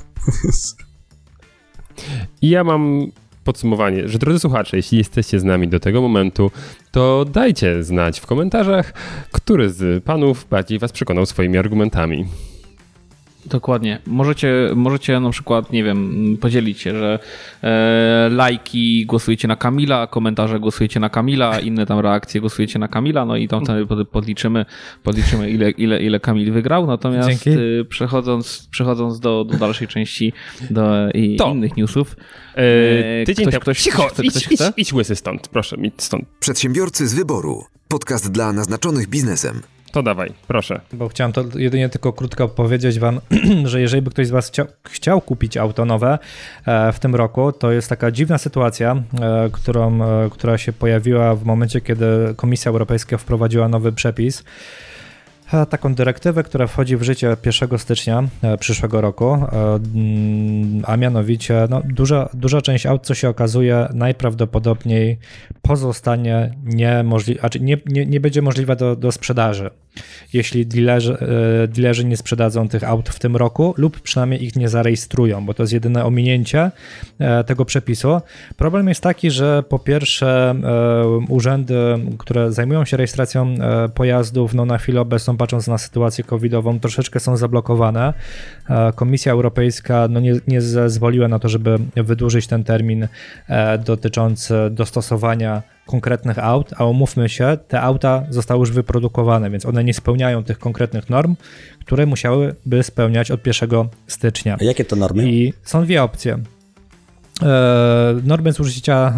I ja mam podsumowanie, że drodzy słuchacze, jeśli jesteście z nami do tego momentu, to dajcie znać w komentarzach, który z panów bardziej was przekonał swoimi argumentami. Dokładnie. Możecie, możecie na przykład, nie wiem, podzielić się, że e, lajki głosujecie na Kamila, komentarze głosujecie na Kamila, inne tam reakcje głosujecie na Kamila, no i tam wtedy podliczymy, podliczymy ile, ile, ile Kamil wygrał. Natomiast Dzięki. przechodząc, przechodząc do, do dalszej części do i to. innych newsów. E, tydzień ktoś, temu. ktoś, Cicho, ktoś, idź, ktoś idź, chce? idź łysy stąd, proszę, idź stąd. Przedsiębiorcy z wyboru. Podcast dla naznaczonych biznesem. To dawaj, proszę. Bo chciałem to jedynie tylko krótko powiedzieć wam, że jeżeli by ktoś z was chciał, chciał kupić auto nowe w tym roku, to jest taka dziwna sytuacja, którą, która się pojawiła w momencie, kiedy Komisja Europejska wprowadziła nowy przepis, taką dyrektywę, która wchodzi w życie pierwszego stycznia przyszłego roku, a mianowicie no, duża, duża część aut, co się okazuje, najprawdopodobniej pozostanie niemożliwe, znaczy nie, nie, nie będzie możliwa do, do sprzedaży, jeśli dealerzy, dealerzy nie sprzedadzą tych aut w tym roku lub przynajmniej ich nie zarejestrują, bo to jest jedyne ominięcie tego przepisu. Problem jest taki, że po pierwsze urzędy, które zajmują się rejestracją pojazdów, no na chwilę obecną, patrząc na sytuację covidową, troszeczkę są zablokowane. Komisja Europejska no nie, nie zezwoliła na to, żeby wydłużyć ten termin dotyczący dostosowania konkretnych aut, a umówmy się, te auta zostały już wyprodukowane, więc one nie spełniają tych konkretnych norm, które musiałyby spełniać od pierwszego stycznia. A jakie to normy? I są dwie opcje. Normy zużycia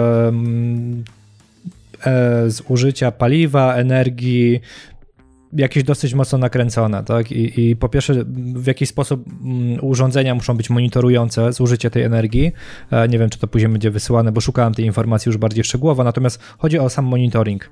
zużycia paliwa, energii, jakieś dosyć mocno nakręcone, tak? I, I po pierwsze, w jakiś sposób urządzenia muszą być monitorujące zużycie tej energii. Nie wiem, czy to później będzie wysyłane, bo szukałem tej informacji już bardziej szczegółowo, natomiast chodzi o sam monitoring.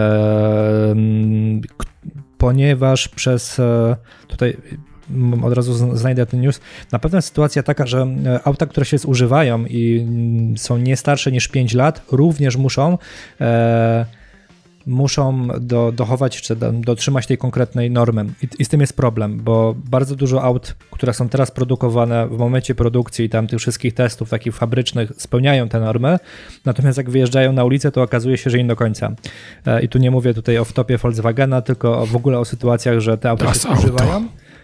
Ponieważ przez tutaj od razu znajdę ten news. Na pewno jest sytuacja taka, że auta, które się zużywają i są nie starsze niż pięć lat, również muszą e, muszą do, dochować czy do, dotrzymać tej konkretnej normy. I, I z tym jest problem, bo bardzo dużo aut, które są teraz produkowane w momencie produkcji i tam tych wszystkich testów takich fabrycznych spełniają te normy, natomiast jak wyjeżdżają na ulicę, to okazuje się, że nie do końca. E, I tu nie mówię tutaj o wtopie Volkswagena, tylko w ogóle o sytuacjach, że te auta Das się zużywają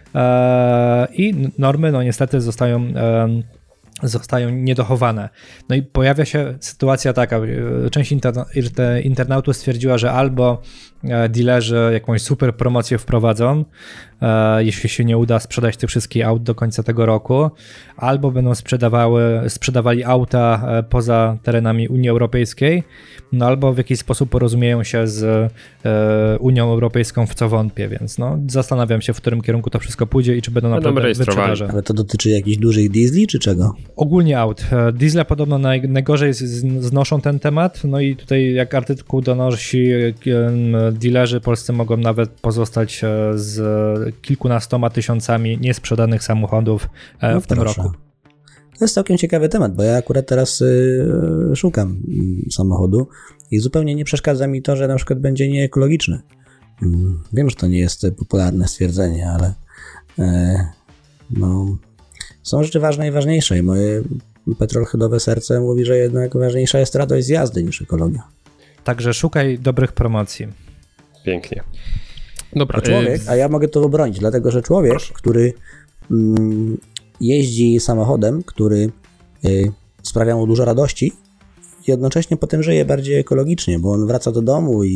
e, i normy no niestety zostają e, zostają niedochowane. No i pojawia się sytuacja taka, część interna- internautów stwierdziła, że albo dealerzy jakąś super promocję wprowadzą, e, jeśli się nie uda sprzedać tych wszystkich aut do końca tego roku, albo będą sprzedawały, sprzedawali auta poza terenami Unii Europejskiej, no albo w jakiś sposób porozumieją się z e, Unią Europejską, w co wątpię, więc no, zastanawiam się, w którym kierunku to wszystko pójdzie i czy będą naprawdę wyprzedaże. Ale to dotyczy jakichś dużych diesli, czy czego? Ogólnie aut. Diesle podobno naj, najgorzej znoszą ten temat, no i tutaj jak artykuł donosi, dealerzy polscy mogą nawet pozostać z kilkunastoma tysiącami niesprzedanych samochodów no w tym proszę. roku. To jest całkiem ciekawy temat, bo ja akurat teraz y, szukam samochodu i zupełnie nie przeszkadza mi to, że na przykład będzie nieekologiczny. Wiem, że to nie jest popularne stwierdzenie, ale y, no, są rzeczy ważne i ważniejsze i moje petrolheadowe serce mówi, że jednak ważniejsza jest radość z jazdy niż ekologia. Także szukaj dobrych promocji. Pięknie. Dobra. A człowiek, a ja mogę to obronić, dlatego że człowiek, Proszę. który mm, jeździ samochodem, który y, sprawia mu dużo radości, jednocześnie potem żyje bardziej ekologicznie, bo on wraca do domu i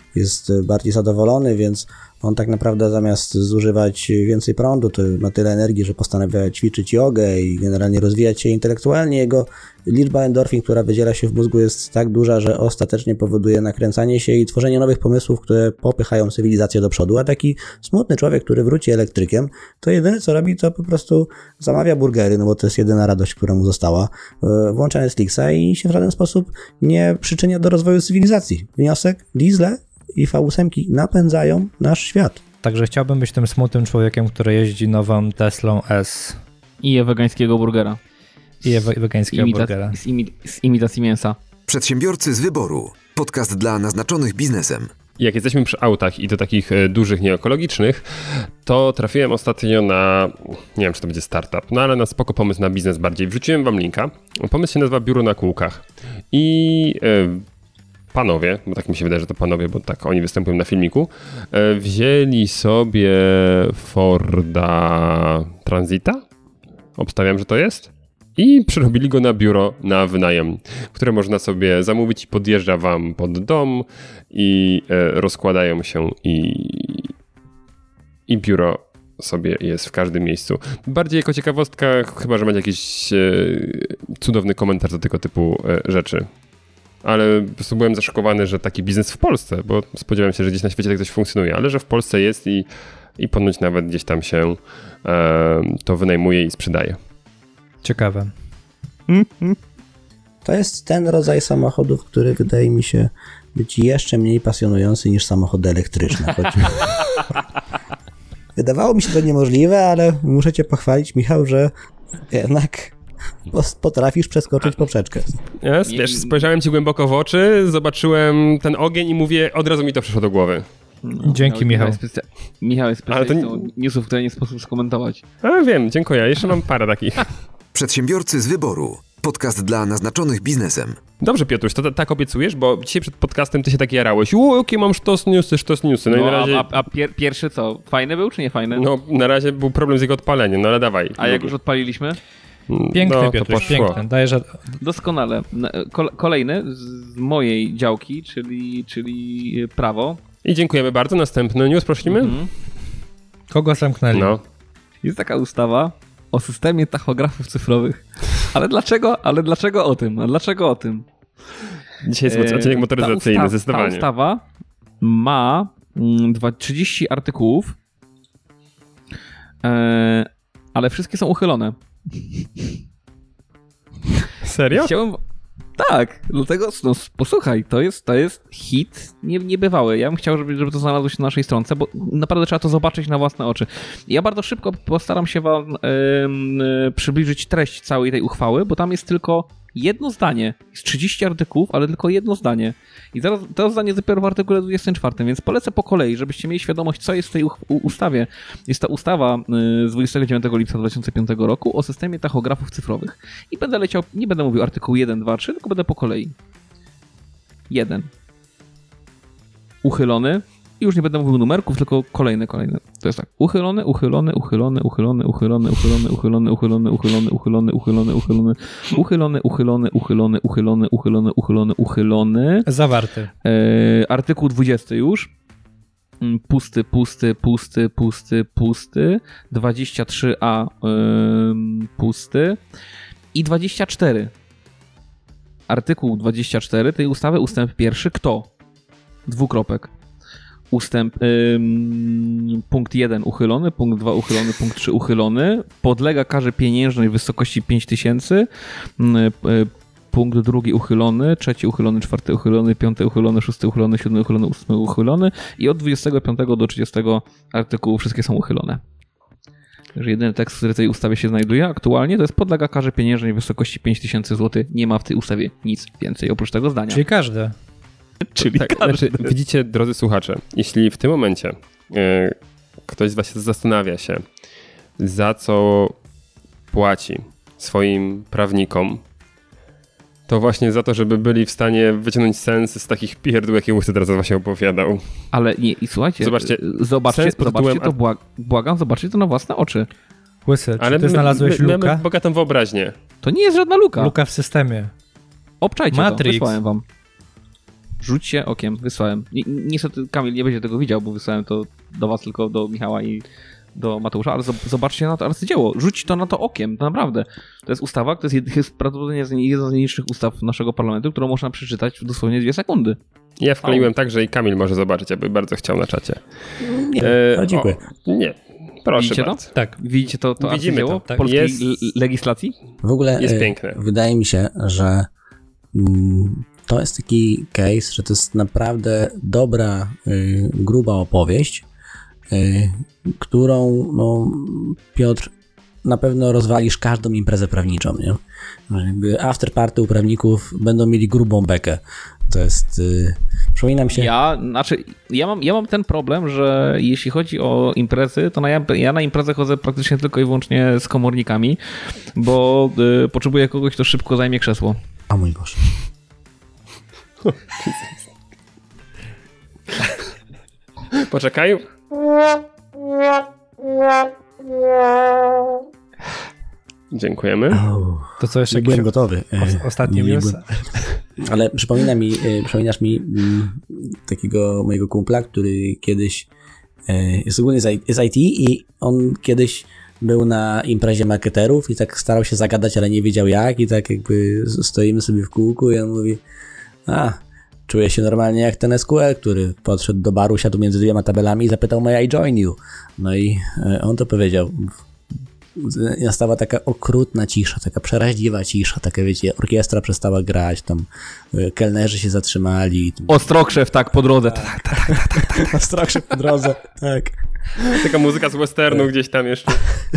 jest bardziej zadowolony, więc on tak naprawdę zamiast zużywać więcej prądu, to ma tyle energii, że postanawia ćwiczyć jogę i generalnie rozwijać się intelektualnie. Jego liczba endorfin, która wydziela się w mózgu, jest tak duża, że ostatecznie powoduje nakręcanie się i tworzenie nowych pomysłów, które popychają cywilizację do przodu. A taki smutny człowiek, który wróci elektrykiem, to jedyne co robi, to po prostu zamawia burgery, no bo to jest jedyna radość, która mu została, włącza Netflixa i się w żaden sposób nie przyczynia do rozwoju cywilizacji. Wniosek: diesle i V osiem napędzają nasz świat. Także chciałbym być tym smutnym człowiekiem, który jeździ nową Teslą S. I je wegańskiego burgera. I je wegańskiego Imita- burgera. Z, imi- z imitacji mięsa. Przedsiębiorcy z wyboru. Podcast dla naznaczonych biznesem. Jak jesteśmy przy autach i to takich e, dużych, nieekologicznych, to trafiłem ostatnio na, nie wiem czy to będzie startup, no ale na spoko pomysł na biznes bardziej. Wrzuciłem wam linka. Pomysł się nazywa Biuro na kółkach. I e, panowie, bo tak mi się wydaje, że to panowie, bo tak oni występują na filmiku, e, wzięli sobie Forda Transita, obstawiam, że to jest, i przerobili go na biuro na wynajem, które można sobie zamówić i podjeżdża wam pod dom i e, rozkładają się i, i biuro sobie jest w każdym miejscu. Bardziej jako ciekawostka, chyba że macie jakiś e, cudowny komentarz do tego typu e, rzeczy. Ale po prostu byłem zaszokowany, że taki biznes w Polsce, bo spodziewałem się, że gdzieś na świecie tak coś funkcjonuje, ale że w Polsce jest i, i ponoć nawet gdzieś tam się e, to wynajmuje i sprzedaje. Ciekawe. To jest ten rodzaj samochodów, który wydaje mi się być jeszcze mniej pasjonujący niż samochody elektryczne. Choć... Wydawało mi się to niemożliwe, ale muszę cię pochwalić, Michał, że jednak potrafisz przeskoczyć poprzeczkę. Ja, wiesz, spojrzałem ci głęboko w oczy, zobaczyłem ten ogień i mówię, od razu mi to przyszło do głowy. No, Dzięki, Michał. Michał jest, specy- Michał jest specjalistą nie... newsów, które nie sposób skomentować. A wiem, dziękuję. Jeszcze mam parę takich. Przedsiębiorcy z wyboru. Podcast dla naznaczonych biznesem. Dobrze, Piotruś, to t- tak obiecujesz, bo dzisiaj przed podcastem ty się tak jarałeś. O, jakie mam sztos newsy, sztos newsy. No, No, i na razie... a, a pier- pierwszy co? Fajny był czy nie fajny? No, na razie był problem z jego odpaleniem, no ale dawaj. A jak już odpaliliśmy? Piękny, no, Piotruś, piękny. Daję, że... Doskonale. Kol- kolejny z mojej działki, czyli, czyli prawo. I dziękujemy bardzo. Następny news, prosimy. Mhm. Kogo zamknęli? No. Jest taka ustawa o systemie tachografów cyfrowych. Ale dlaczego, ale dlaczego o tym? A dlaczego o tym? Dzisiaj jest odcinek motoryzacyjny, ta usta- zdecydowanie. Ta ustawa ma mm, trzydzieści artykułów, e, ale wszystkie są uchylone. Serio? Chciałem... Tak, dlatego no, posłuchaj, to jest, to jest hit nie, niebywały. Ja bym chciał, żeby, żeby to znalazło się na naszej stronce, bo naprawdę trzeba to zobaczyć na własne oczy. Ja bardzo szybko postaram się wam yy, przybliżyć treść całej tej uchwały, bo tam jest tylko jedno zdanie. Jest trzydzieści artykułów, ale tylko jedno zdanie. I zaraz to zdanie dopiero w artykule dwudziestym czwartym, więc polecę po kolei, żebyście mieli świadomość, co jest w tej u- ustawie. Jest to ustawa yy, z dwudziestego dziewiątego lipca dwa tysiące piątego roku o systemie tachografów cyfrowych. I będę leciał, nie będę mówił artykuł jeden, dwa, trzy, tylko będę po kolei. jeden. Uchylony. I już nie będę mówił numerków, tylko kolejne, kolejne. To jest tak. Uchylony, uchylony, uchylony, uchylony, uchylony, uchylony, uchylony, uchylony, uchylony, uchylony, uchylony, uchylony, uchylony, uchylony, uchylony, uchylony, uchylony, uchylony, uchylony. Zawarty. Artykuł dwudziesty już. Pusty, pusty, pusty, pusty, pusty. dwadzieścia trzy a pusty. I dwadzieścia cztery. Artykuł dwadzieścia cztery tej ustawy, ustęp pierwszy. Kto? Dwukropek. Ustęp ym, punkt jeden uchylony, punkt dwa uchylony, punkt trzy uchylony, podlega karze pieniężnej w wysokości pięć tysięcy, punkt drugi uchylony, trzeci uchylony, czwarty uchylony, piąty uchylony, szósty uchylony, siódmy uchylony, ósmy uchylony i od dwudziestego piątego do trzydziestego artykułu wszystkie są uchylone. Że jedyny tekst, który w tej ustawie się znajduje aktualnie, to jest podlega karze pieniężnej w wysokości pięć tysięcy złotych. Nie ma w tej ustawie nic więcej oprócz tego zdania. Czyli każdy. Czyli tak, znaczy, widzicie, drodzy słuchacze, jeśli w tym momencie yy, ktoś z was zastanawia się, za co płaci swoim prawnikom, to właśnie za to, żeby byli w stanie wyciągnąć sens z takich pierdół, jakie Łysy teraz właśnie opowiadał. Ale nie, i słuchajcie, zobaczcie, zobaczcie, zobaczcie to, błag, błagam, zobaczcie to na własne oczy. Łysy, czy ale ty my, znalazłeś my, my lukę? mamy bogatą wyobraźnię. To nie jest żadna luka. Luka w systemie. Obczajcie Matrix. to, wysłałem wam. Rzućcie okiem, wysłałem. Ni- Niestety Kamil nie będzie tego widział, bo wysłałem to do was, tylko do Michała i do Mateusza, ale zob- zobaczcie na to arcydzieło. Rzućcie to na to okiem, to naprawdę. To jest ustawa, to jest, jed- jest prawdopodobnie jedna z najniższych ustaw naszego parlamentu, którą można przeczytać w dosłownie dwie sekundy. Ja wkleiłem tak, że i Kamil może zobaczyć, aby bardzo chciał na czacie. Nie, E, no, dziękuję. O, nie, proszę Widzicie bardzo. to? Tak. Widzicie to, to Widzimy arcydzieło to, tak. polskiej Jest- l- legislacji? W ogóle Jest e, piękne. wydaje mi się, że mm, to jest taki case, że to jest naprawdę dobra, y, gruba opowieść, y, którą no, Piotr na pewno rozwalisz każdą imprezę prawniczą, nie? Że jakby afterparty u prawników będą mieli grubą bekę. To jest... Y, przypominam się... Ja, znaczy, ja mam, ja mam ten problem, że jeśli chodzi o imprezy, to na, ja na imprezę chodzę praktycznie tylko i wyłącznie z komornikami, bo y, potrzebuję kogoś, kto szybko zajmie krzesło. O mój Boże. Poczekaj. Dziękujemy. Oh, To co jeszcze nie byłem jakiś gotowy. os- ostatni Nie news? byłem- Ale przypomina mi, e, przypominasz mi mm, takiego mojego kumpla, który kiedyś e, jest ogólnie z I- z I T i on kiedyś był na imprezie marketerów i tak starał się zagadać, ale nie wiedział jak i tak jakby stoimy sobie w kółku i on mówi, a, czuję się normalnie jak ten S Q L, który podszedł do baru, siadł między dwiema tabelami i zapytał may I join you? No i e, on to powiedział. Nastała taka okrutna cisza, taka przeraźliwa cisza, taka wiecie, orkiestra przestała grać, tam y, kelnerzy się zatrzymali. Ostrokrzew, tak, po drodze. Ostrokrzew po drodze, tak. Taka muzyka z westernu gdzieś tam jeszcze.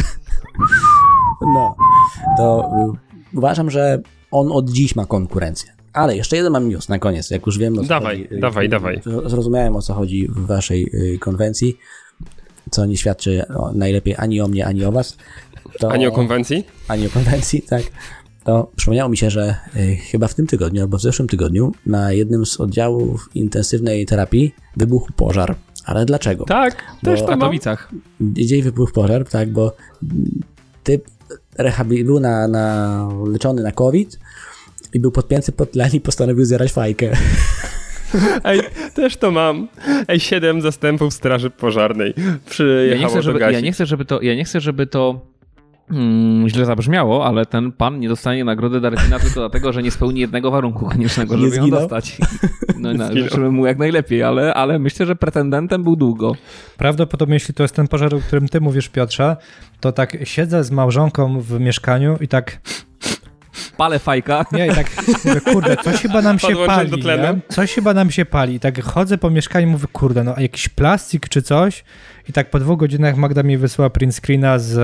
No, to y, uważam, że on od dziś ma konkurencję. Ale jeszcze jeden mam news na koniec, jak już wiem o co Dawaj, chodzi. dawaj, dawaj. Zrozumiałem o co chodzi w waszej y, konwencji, co nie świadczy o, najlepiej ani o mnie, ani o was. To, A nie o konwencji? ani o konwencji, tak. To przypomniało mi się, że y, chyba w tym tygodniu albo w zeszłym tygodniu na jednym z oddziałów intensywnej terapii wybuchł pożar. Ale dlaczego? Tak, Bo- też W to mam. Katowicach. Gdzie wybuchł pożar, tak, bo typ rehabil- był na, na, leczony na COVID i był podpięty pod tlen i postanowił zjarać fajkę. Ej, też to mam. Ej, siedem zastępów straży pożarnej Ja przyjechało nie, chcę, do żeby, gasić. ja nie chcę, żeby to, ja nie chcę, żeby to mm, źle zabrzmiało, ale ten pan nie dostanie nagrody Darwina tylko dlatego, że nie spełni jednego warunku koniecznego, Nie żeby ją zginął? dostać. No, no, zginął. życzymy mu jak najlepiej, ale, ale myślę, że pretendentem był długo. Prawdopodobnie, jeśli to jest ten pożar, o którym ty mówisz, Piotrze, to tak siedzę z małżonką w mieszkaniu i tak, Palę fajka. nie, i tak mówię, kurde, coś chyba nam się Podłączyć pali, do tlenu. nie? Coś chyba nam się pali. I tak chodzę po mieszkaniu i mówię, kurde, no a jakiś plastik czy coś? I tak po dwóch godzinach Magda mi wysłała print screena z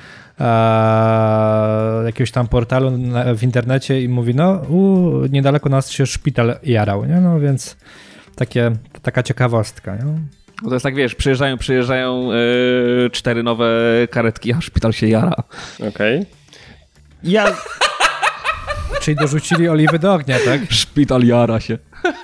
e, jakiegoś tam portalu na, w internecie i mówi, no u, niedaleko nas się szpital jarał, nie? No więc takie, taka ciekawostka, nie? Bo to jest tak, wiesz, przyjeżdżają, przyjeżdżają yy, cztery nowe karetki, a szpital się jara. Okej. Ja... Czyli dorzucili oliwy do ognia, tak? Szpital jara się.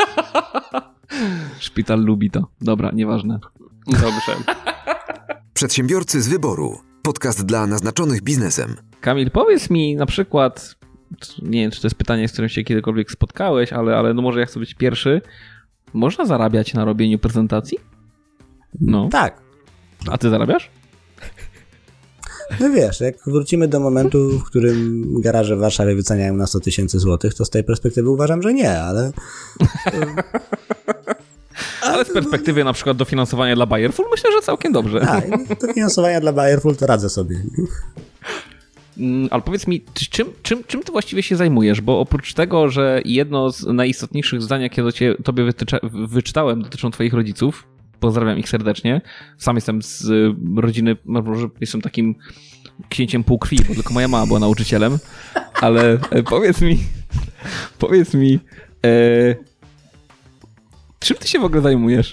Szpital lubi to. Dobra, nieważne. Dobrze. Przedsiębiorcy z wyboru. Podcast dla naznaczonych biznesem. Kamil, powiedz mi na przykład, nie wiem, czy to jest pytanie, z którym się kiedykolwiek spotkałeś, ale, ale no może ja chcę być pierwszy. Można zarabiać na robieniu prezentacji? No. Tak. A ty zarabiasz? No wiesz, jak wrócimy do momentu, w którym garaże w Warszawie wyceniają na sto tysięcy złotych, to z tej perspektywy uważam, że nie, ale... Ale z perspektywy na przykład dofinansowania dla Bayerful myślę, że całkiem dobrze. A, do finansowania dla Bayerful to radzę sobie. Mm, Ale powiedz mi, czy- czym, czym, czym ty właściwie się zajmujesz? Bo oprócz tego, że jedno z najistotniejszych zdań, jakie do ciebie, tobie wytycza, wyczytałem, dotyczą twoich rodziców, pozdrawiam ich serdecznie. Sam jestem z y, rodziny, może jestem takim księciem półkrwi, bo tylko moja mama była nauczycielem, ale e, powiedz mi, powiedz mi, e, czym ty się w ogóle zajmujesz?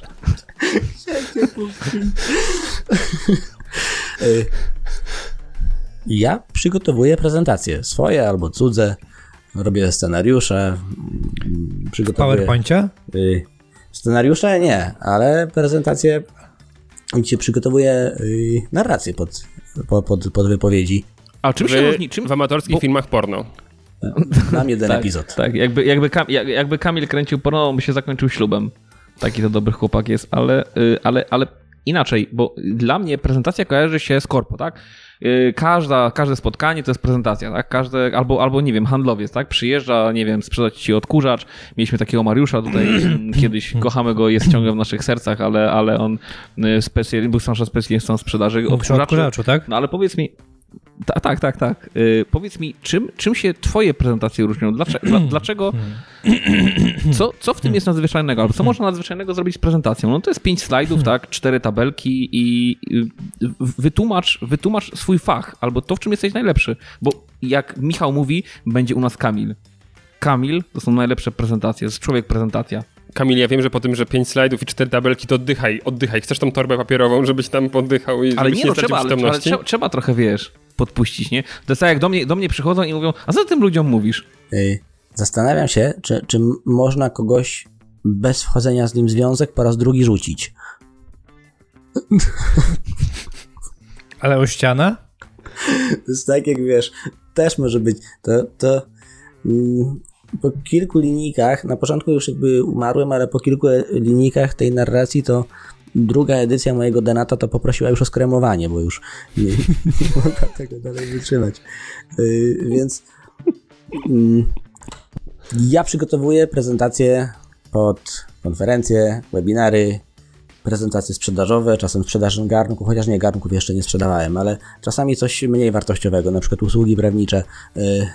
Y, Ja przygotowuję prezentacje, swoje albo cudze, robię scenariusze, mm, W przygotowuję... PowerPoincie? Y, Scenariusze nie, ale prezentacje, gdzie przygotowuję y, narrację pod, pod, pod, pod wypowiedzi. A czym się Wy różni? Czym, w amatorskich bo- filmach porno. Mam jeden tak, epizod. Tak, jakby, jakby, Kam, jakby Kamil kręcił porno, by się zakończył ślubem. Taki to dobry chłopak jest, ale, ale, ale inaczej, bo dla mnie prezentacja kojarzy się z korpo, tak? Każda, każde spotkanie to jest prezentacja, tak? Każde, albo, albo nie wiem, handlowiec, tak? Przyjeżdża, nie wiem, sprzedać ci odkurzacz. Mieliśmy takiego Mariusza tutaj kiedyś, kochamy go, jest ciągle w naszych sercach, ale, ale on specjal, był naszym specjalistą sprzedaży odkurzaczu. odkurzaczu, tak? No ale powiedz mi, Ta, tak, tak, tak. Yy, powiedz mi, czym, czym się twoje prezentacje różnią? Dlaczego? Dla, dlaczego co, co w tym jest nadzwyczajnego? Albo co można nadzwyczajnego zrobić z prezentacją? No to jest pięć slajdów, tak, cztery tabelki i yy, wytłumacz, wytłumacz swój fach, albo to, w czym jesteś najlepszy. Bo jak Michał mówi, będzie u nas Kamil. Kamil to są najlepsze prezentacje, to jest człowiek prezentacja. Kamil, ja wiem, że po tym, że pięć slajdów i cztery tabelki, to oddychaj, oddychaj. Chcesz tą torbę papierową, żebyś tam poddychał i ale żebyś nie, nie no, stracił trzeba, ale, ale przytomności? trzeba, trzeba trochę, wiesz, podpuścić, nie? To jest tak, jak do mnie, do mnie przychodzą i mówią, a co ty tym ludziom mówisz? Zastanawiam się, czy, czy można kogoś bez wchodzenia z nim w związek po raz drugi rzucić. Ale o ścianę? To jest tak, jak wiesz, też może być, to, to mm, po kilku linijkach, na początku już jakby umarłem, ale po kilku linijkach tej narracji to druga edycja mojego Denata to poprosiła już o skremowanie, bo już nie, nie mogła tego dalej wytrzymać. Yy, więc yy, ja przygotowuję prezentacje pod konferencje, webinary, prezentacje sprzedażowe, czasem sprzedaż garnków, chociaż nie, garnków jeszcze nie sprzedawałem, ale czasami coś mniej wartościowego, na przykład usługi prawnicze. Yy.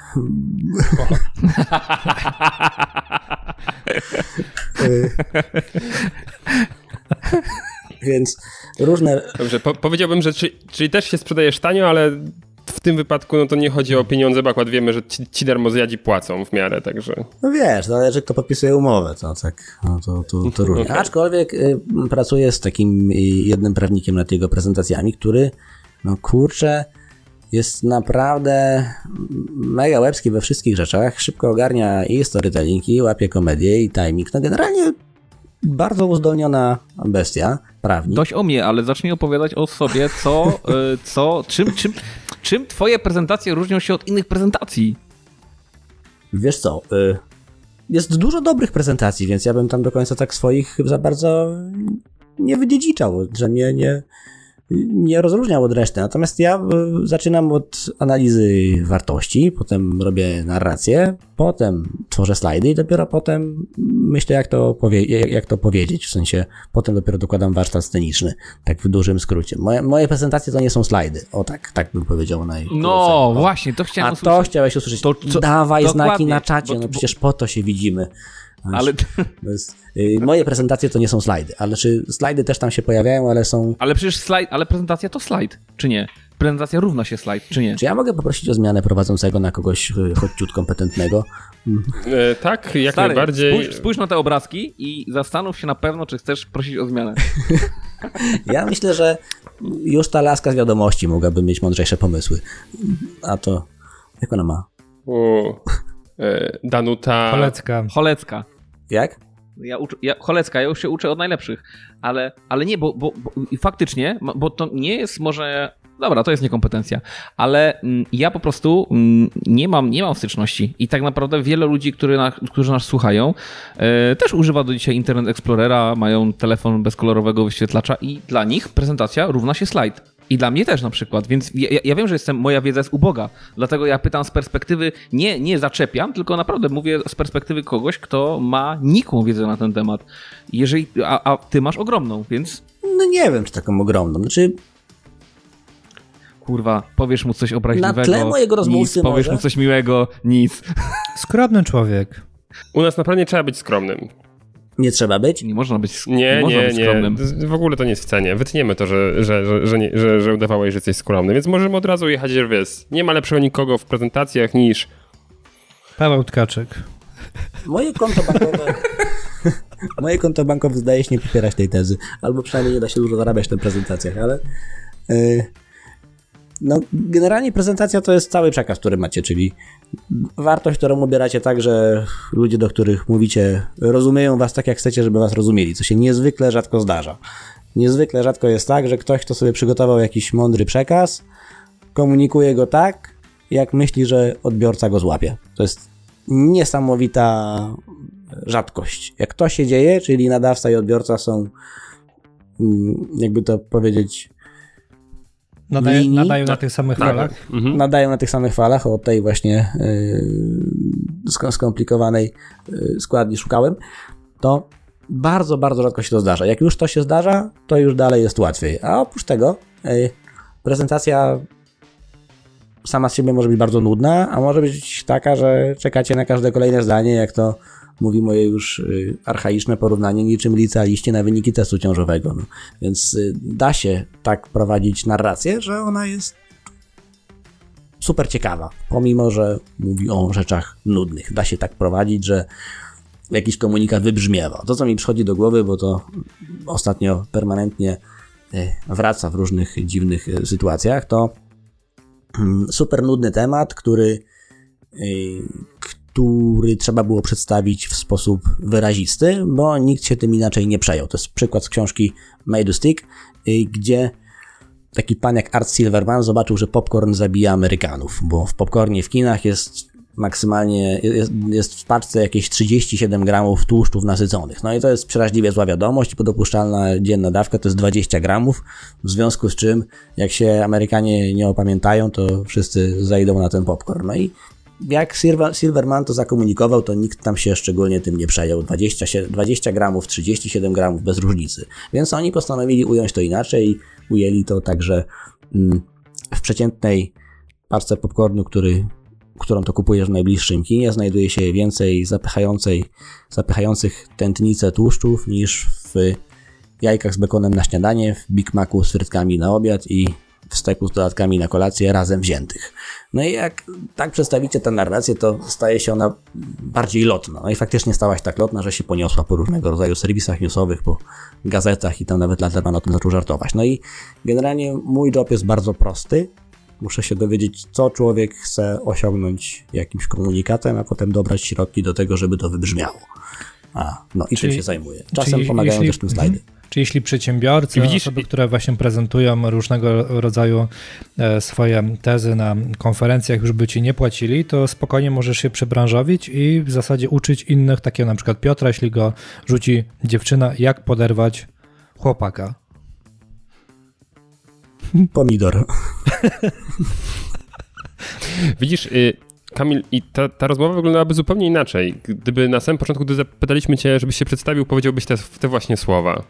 yy. Więc różne... Dobrze, po powiedziałbym, że czy, czyli też się sprzedajesz tanio, ale w tym wypadku no to nie chodzi o pieniądze, bo akurat wiemy, że ci, ci darmozjadzi płacą w miarę, także... No wiesz, zależy kto podpisuje umowę, to tak, no to, to, to różnie. Okay. Aczkolwiek y, pracuję z takim y, jednym prawnikiem nad jego prezentacjami, który, no kurczę, jest naprawdę mega łebski we wszystkich rzeczach, szybko ogarnia i storytelling, i łapie komedię, i timing, no generalnie bardzo uzdolniona bestia, prawnik. Dość o mnie, ale zacznij opowiadać o sobie, co, co czym, czym, czym twoje prezentacje różnią się od innych prezentacji? Wiesz co, jest dużo dobrych prezentacji, więc ja bym tam do końca tak swoich za bardzo nie wydziedziczał, że nie, nie, nie rozróżniał od reszty. Natomiast ja zaczynam od analizy wartości, potem robię narrację, potem tworzę slajdy i dopiero potem myślę, jak to, powie- jak to powiedzieć. W sensie potem dopiero dokładam warsztat sceniczny. Tak w dużym skrócie. Moje, moje prezentacje to nie są slajdy. O tak, tak bym powiedział naj. No o. właśnie, to chciałem A usłyszeć. to chciałeś usłyszeć. To, co, Dawaj dokładnie, znaki na czacie, bo, no bo, przecież po to się widzimy. Ale... Jest, y, moje prezentacje to nie są slajdy, ale czy slajdy też tam się pojawiają, ale są... Ale przecież slajd, ale prezentacja to slajd, czy nie? Prezentacja równa się slajd, czy nie? Czy ja mogę poprosić o zmianę prowadzącego na kogoś choć ciut kompetentnego? E, tak, jak Stary, najbardziej. Spójrz, spójrz na te obrazki i zastanów się na pewno, czy chcesz prosić o zmianę. Ja myślę, że już ta laska z wiadomości mogłaby mieć mądrzejsze pomysły. A to... Jak ona ma? U, e, Danuta... Cholecka. Cholecka. Jak? Ja uczę, ja, Cholecka, ja już się uczę od najlepszych, ale, ale nie, bo, bo, bo i faktycznie, bo to nie jest może... Dobra, to jest niekompetencja, ale mm, ja po prostu mm, nie mam, nie mam styczności i tak naprawdę wiele ludzi, który na, którzy nas słuchają, e, też używa do dzisiaj Internet Explorera, mają telefon bezkolorowego wyświetlacza i dla nich prezentacja równa się slajd. I dla mnie też na przykład, więc ja, ja wiem, że jestem, moja wiedza jest uboga, dlatego ja pytam z perspektywy, nie, nie zaczepiam, tylko naprawdę mówię z perspektywy kogoś, kto ma nikłą wiedzę na ten temat. Jeżeli, a, a ty masz ogromną, więc... No nie wiem, czy taką ogromną. Znaczy... Kurwa, powiesz mu coś obraźliwego, na tle mojego rozmówcy nic, powiesz może? mu coś miłego, nic. Skromny człowiek. U nas naprawdę trzeba być skromnym. Nie trzeba być? Nie można być, nie, nie, można nie, być nie. skromnym. W ogóle to nie jest w cenie. Wytniemy to, że, że, że, że, nie, że, że udawałeś, że jesteś skromny. Więc możemy od razu jechać, że wiesz, nie ma lepszego nikogo w prezentacjach niż... Paweł Tkaczyk. Moje konto bankowe... Moje konto bankowe zdaje się nie popierać tej tezy. Albo przynajmniej nie da się dużo zarabiać na prezentacjach, ale... Yy... No, generalnie prezentacja to jest cały przekaz, który macie, czyli wartość, którą ubieracie tak, że ludzie, do których mówicie, rozumieją was tak, jak chcecie, żeby was rozumieli, co się niezwykle rzadko zdarza. Niezwykle rzadko jest tak, że ktoś, kto sobie przygotował jakiś mądry przekaz, komunikuje go tak, jak myśli, że odbiorca go złapie. To jest niesamowita rzadkość. Jak to się dzieje, czyli nadawca i odbiorca są, jakby to powiedzieć, Nadaje, linii, nadają na tych samych tak. falach. Mhm. nadają na tych samych falach, o tej właśnie yy, skomplikowanej yy, składni szukałem, to bardzo, bardzo rzadko się to zdarza. Jak już to się zdarza, to już dalej jest łatwiej. A oprócz tego yy, prezentacja sama z siebie może być bardzo nudna, a może być taka, że czekacie na każde kolejne zdanie, jak to mówi moje już y, archaiczne porównanie, niczym licealiście na wyniki testu ciążowego. No. Więc y, da się tak prowadzić narrację, że ona jest super ciekawa, pomimo że mówi o rzeczach nudnych. Da się tak prowadzić, że jakiś komunikat wybrzmiewa. To, co mi przychodzi do głowy, bo to ostatnio permanentnie y, wraca w różnych dziwnych y, sytuacjach, to y, super nudny temat, który y, który trzeba było przedstawić w sposób wyrazisty, bo nikt się tym inaczej nie przejął. To jest przykład z książki Made to Stick, gdzie taki pan jak Art Silverman zobaczył, że popcorn zabija Amerykanów, bo w popcornie w kinach jest maksymalnie, jest, jest w paczce jakieś trzydzieści siedem gramów tłuszczów nasyconych. No i to jest przeraźliwie zła wiadomość, bo dopuszczalna dzienna dawka to jest dwadzieścia gramów, w związku z czym jak się Amerykanie nie opamiętają, to wszyscy zajdą na ten popcorn. No i jak Silver, Silverman to zakomunikował, to nikt tam się szczególnie tym nie przejął. dwadzieścia, dwadzieścia gramów, trzydzieści siedem gramów, bez różnicy. Więc oni postanowili ująć to inaczej i ujęli to tak, że mm, w przeciętnej parce popcornu, który, którą to kupujesz w najbliższym kinie, znajduje się więcej zapychającej, zapychających tętnicę tłuszczów niż w jajkach z bekonem na śniadanie, w Big Macu z frytkami na obiad i w steku z dodatkami na kolację razem wziętych. No i jak tak przedstawicie tę narrację, to staje się ona bardziej lotna. No i faktycznie stała się tak lotna, że się poniosła po różnego rodzaju serwisach newsowych, po gazetach i tam nawet Letterman o tym zaczął żartować. No i generalnie mój job jest bardzo prosty. Muszę się dowiedzieć, co człowiek chce osiągnąć jakimś komunikatem, a potem dobrać środki do tego, żeby to wybrzmiało. A, no i Czyli, tym się zajmuję. Czasem czyli, pomagają jeśli, też tym slajdy. Czy jeśli przedsiębiorcy, Widzisz, osoby, które właśnie prezentują różnego rodzaju swoje tezy na konferencjach, już by ci nie płacili, to spokojnie możesz się przebranżowić i w zasadzie uczyć innych, takiego na przykład Piotra, jeśli go rzuci dziewczyna, jak poderwać chłopaka. Pomidor. Widzisz, y, Kamil, i ta, ta rozmowa wyglądałaby zupełnie inaczej. Gdyby na samym początku, gdy zapytaliśmy cię, żebyś się przedstawił, powiedziałbyś te, te właśnie słowa.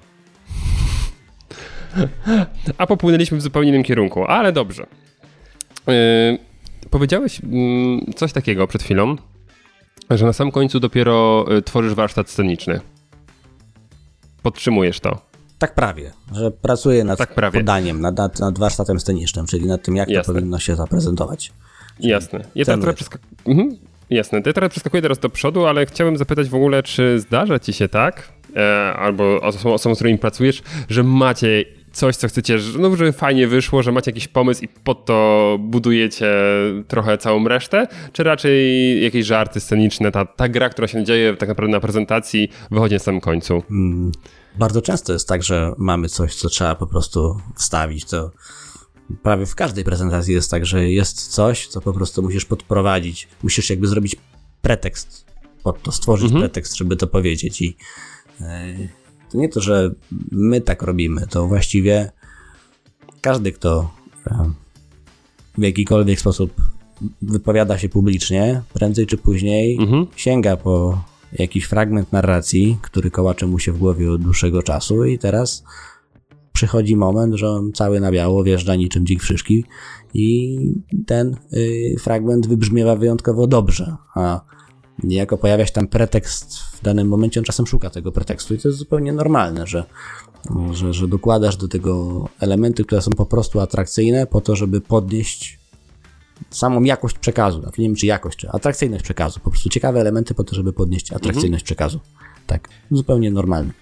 A popłynęliśmy w zupełnie innym kierunku, ale dobrze. Yy, powiedziałeś yy, coś takiego przed chwilą, że na sam końcu dopiero yy, tworzysz warsztat sceniczny. Podtrzymujesz to. Tak prawie, że pracuję nad tak prawie. podaniem, nad, nad, nad warsztatem scenicznym, czyli nad tym, jak Jasne. to powinno się zaprezentować. Jasne. Ja teraz trochę przesk- mhm. Jasne. Ja trochę przeskakuję teraz do przodu, ale chciałbym zapytać w ogóle, czy zdarza ci się tak, e, albo osobom, z którymi pracujesz, że macie coś, co chcecie, no, żeby fajnie wyszło, że macie jakiś pomysł i pod to budujecie trochę całą resztę, czy raczej jakieś żarty sceniczne, ta, ta gra, która się dzieje tak naprawdę na prezentacji, wychodzi na samym końcu? Hmm. Bardzo często jest tak, że mamy coś, co trzeba po prostu wstawić. To prawie w każdej prezentacji jest tak, że jest coś, co po prostu musisz podprowadzić. Musisz jakby zrobić pretekst pod to, stworzyć mhm. pretekst, żeby to powiedzieć. I yy, to nie to, że my tak robimy, to właściwie każdy, kto yy, w jakikolwiek sposób wypowiada się publicznie, prędzej czy później mhm. sięga po jakiś fragment narracji, który kołacze mu się w głowie od dłuższego czasu i teraz przychodzi moment, że on cały na biało wjeżdża niczym dzik w szyszki i ten y, fragment wybrzmiewa wyjątkowo dobrze, a niejako pojawia się tam pretekst w danym momencie, on czasem szuka tego pretekstu i to jest zupełnie normalne, że, że, że dokładasz do tego elementy, które są po prostu atrakcyjne po to, żeby podnieść samą jakość przekazu, nie wiem czy jakość, czy atrakcyjność przekazu, po prostu ciekawe elementy po to, żeby podnieść atrakcyjność mhm. przekazu. Tak, zupełnie normalne.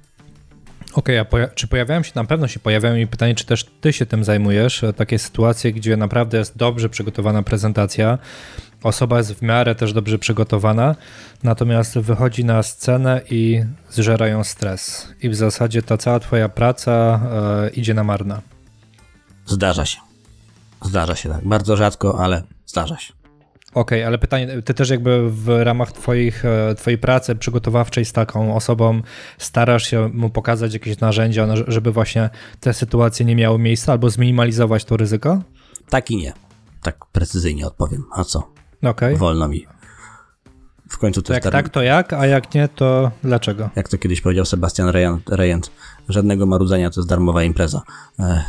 Okej, okay, a poja- czy pojawiają się, na pewno się pojawiają i pytanie, czy też ty się tym zajmujesz, takie sytuacje, gdzie naprawdę jest dobrze przygotowana prezentacja, osoba jest w miarę też dobrze przygotowana, natomiast wychodzi na scenę i zżera ją stres i w zasadzie ta cała twoja praca e, idzie na marne. Zdarza się. Zdarza się tak. Bardzo rzadko, ale zdarza się. Okej, okay, ale pytanie, ty też jakby w ramach twoich, twojej pracy przygotowawczej z taką osobą starasz się mu pokazać jakieś narzędzia, żeby właśnie te sytuacje nie miały miejsca albo zminimalizować to ryzyko? Tak i nie. Tak precyzyjnie odpowiem. A co? Okay. Wolno mi. W końcu to, to jest jak dar... tak, to jak, a jak nie, to dlaczego? Jak to kiedyś powiedział Sebastian Rejent, żadnego marudzenia to jest darmowa impreza. E...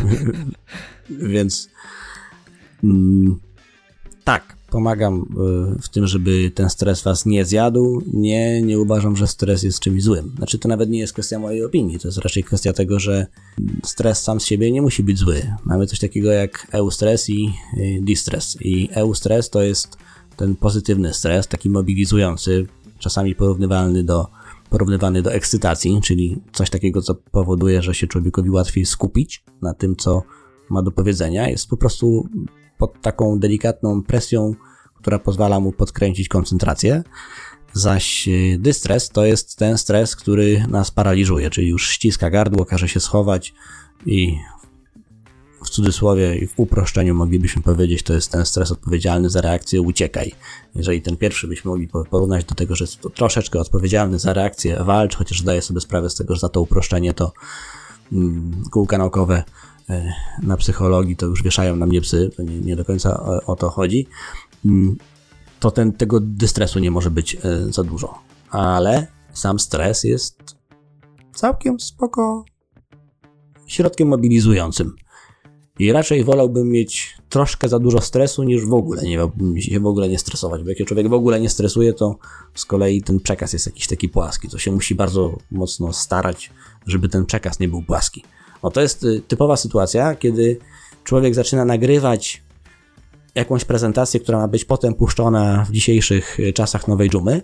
Więc mm, tak, pomagam w tym, żeby ten stres was nie zjadł. Nie, nie uważam, że stres jest czymś złym. Znaczy to nawet nie jest kwestia mojej opinii, to jest raczej kwestia tego, że stres sam z siebie nie musi być zły. Mamy coś takiego jak eustres i distress. I eustres to jest ten pozytywny stres, taki mobilizujący, czasami porównywalny do, porównywany do ekscytacji, czyli coś takiego, co powoduje, że się człowiekowi łatwiej skupić na tym, co ma do powiedzenia. Jest po prostu pod taką delikatną presją, która pozwala mu podkręcić koncentrację. Zaś dystres to jest ten stres, który nas paraliżuje, czyli już ściska gardło, każe się schować i w cudzysłowie i w uproszczeniu moglibyśmy powiedzieć, to jest ten stres odpowiedzialny za reakcję uciekaj. Jeżeli ten pierwszy byśmy mogli porównać do tego, że jest to troszeczkę odpowiedzialny za reakcję walcz, chociaż zdaję sobie sprawę z tego, że za to uproszczenie to mm, kółka naukowe na psychologii to już wieszają na mnie psy, to nie, nie do końca o, o to chodzi, to ten, tego dystresu nie może być za dużo. Ale sam stres jest całkiem spoko środkiem mobilizującym. I raczej wolałbym mieć troszkę za dużo stresu, niż w ogóle nie, się w ogóle nie stresować. Bo jak człowiek w ogóle nie stresuje, to z kolei ten przekaz jest jakiś taki płaski. To się musi bardzo mocno starać, żeby ten przekaz nie był płaski. No to jest typowa sytuacja, kiedy człowiek zaczyna nagrywać jakąś prezentację, która ma być potem puszczona w dzisiejszych czasach nowej dżumy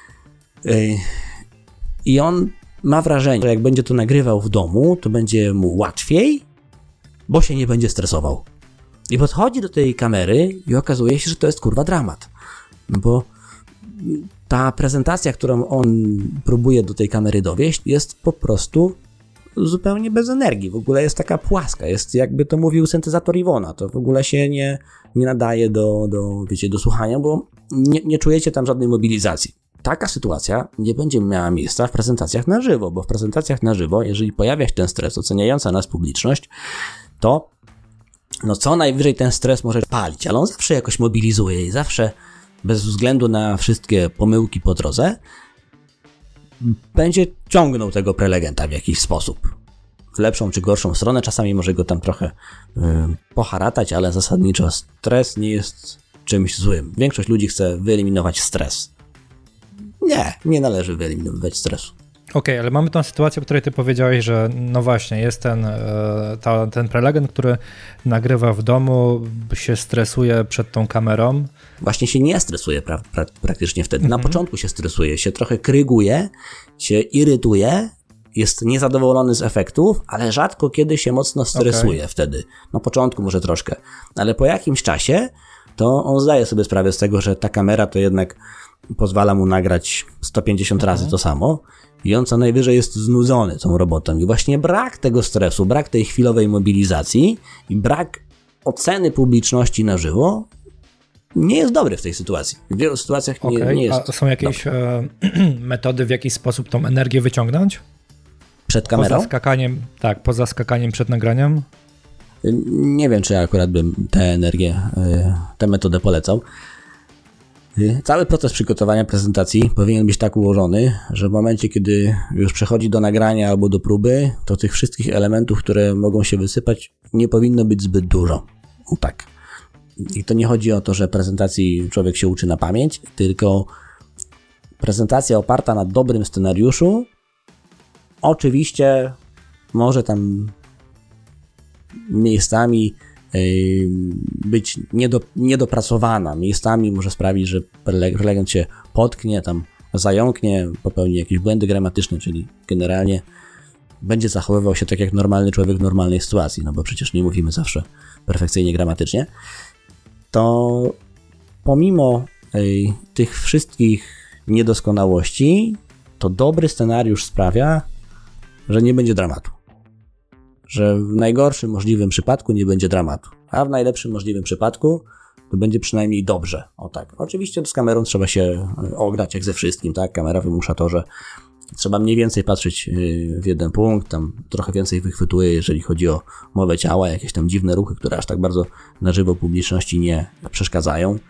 i on ma wrażenie, że jak będzie to nagrywał w domu, to będzie mu łatwiej, bo się nie będzie stresował. I podchodzi do tej kamery i okazuje się, że to jest kurwa dramat. Bo ta prezentacja, którą on próbuje do tej kamery dowieść, jest po prostu zupełnie bez energii. W ogóle jest taka płaska. Jest, jakby to mówił syntezator Iwona. To w ogóle się nie, nie nadaje do, do, wiecie, do słuchania, bo nie, nie czujecie tam żadnej mobilizacji. Taka sytuacja nie będzie miała miejsca w prezentacjach na żywo, bo w prezentacjach na żywo, jeżeli pojawia się ten stres, oceniająca nas publiczność, to no co najwyżej ten stres może palić, ale on zawsze jakoś mobilizuje i zawsze bez względu na wszystkie pomyłki po drodze będzie ciągnął tego prelegenta w jakiś sposób. W lepszą czy gorszą stronę, czasami może go tam trochę yy, poharatać, ale zasadniczo stres nie jest czymś złym. Większość ludzi chce wyeliminować stres. Nie, nie należy wyeliminować stresu. Okej, okay, ale mamy tą sytuację, o której ty powiedziałeś, że no właśnie, jest ten, ta, ten prelegent, który nagrywa w domu, się stresuje przed tą kamerą. Właśnie się nie stresuje pra, pra, praktycznie wtedy. Mm-hmm. Na początku się stresuje, się trochę kryguje, się irytuje, jest niezadowolony z efektów, ale rzadko kiedy się mocno stresuje okay. wtedy. Na początku może troszkę, ale po jakimś czasie to on zdaje sobie sprawę z tego, że ta kamera to jednak pozwala mu nagrać sto pięćdziesiąt mhm. razy to samo i on co najwyżej jest znudzony tą robotą. I właśnie brak tego stresu, brak tej chwilowej mobilizacji i brak oceny publiczności na żywo nie jest dobry w tej sytuacji. W wielu sytuacjach nie, okay. nie jest. A są jakieś e, metody, w jaki sposób tą energię wyciągnąć? Przed kamerą? Poza skakaniem, tak, poza skakaniem przed nagraniem? Nie wiem, czy ja akurat bym tę energię, tę metodę polecał. Cały proces przygotowania prezentacji powinien być tak ułożony, że w momencie, kiedy już przechodzi do nagrania albo do próby, to tych wszystkich elementów, które mogą się wysypać, nie powinno być zbyt dużo. Tak. I to nie chodzi o to, że prezentacji człowiek się uczy na pamięć, tylko prezentacja oparta na dobrym scenariuszu oczywiście może tam miejscami być niedo, niedopracowana. Miejscami może sprawić, że prelegent się potknie, tam zająknie, popełni jakieś błędy gramatyczne, czyli generalnie będzie zachowywał się tak jak normalny człowiek w normalnej sytuacji, no bo przecież nie mówimy zawsze perfekcyjnie gramatycznie. To pomimo ej, tych wszystkich niedoskonałości, to dobry scenariusz sprawia, że nie będzie dramatu. Że w najgorszym możliwym przypadku nie będzie dramatu, a w najlepszym możliwym przypadku to będzie przynajmniej dobrze. O tak. Oczywiście z kamerą trzeba się ograć jak ze wszystkim, tak? Kamera wymusza to, że trzeba mniej więcej patrzeć w jeden punkt, tam trochę więcej wychwytuje, jeżeli chodzi o mowę ciała, jakieś tam dziwne ruchy, które aż tak bardzo na żywo publiczności nie przeszkadzają.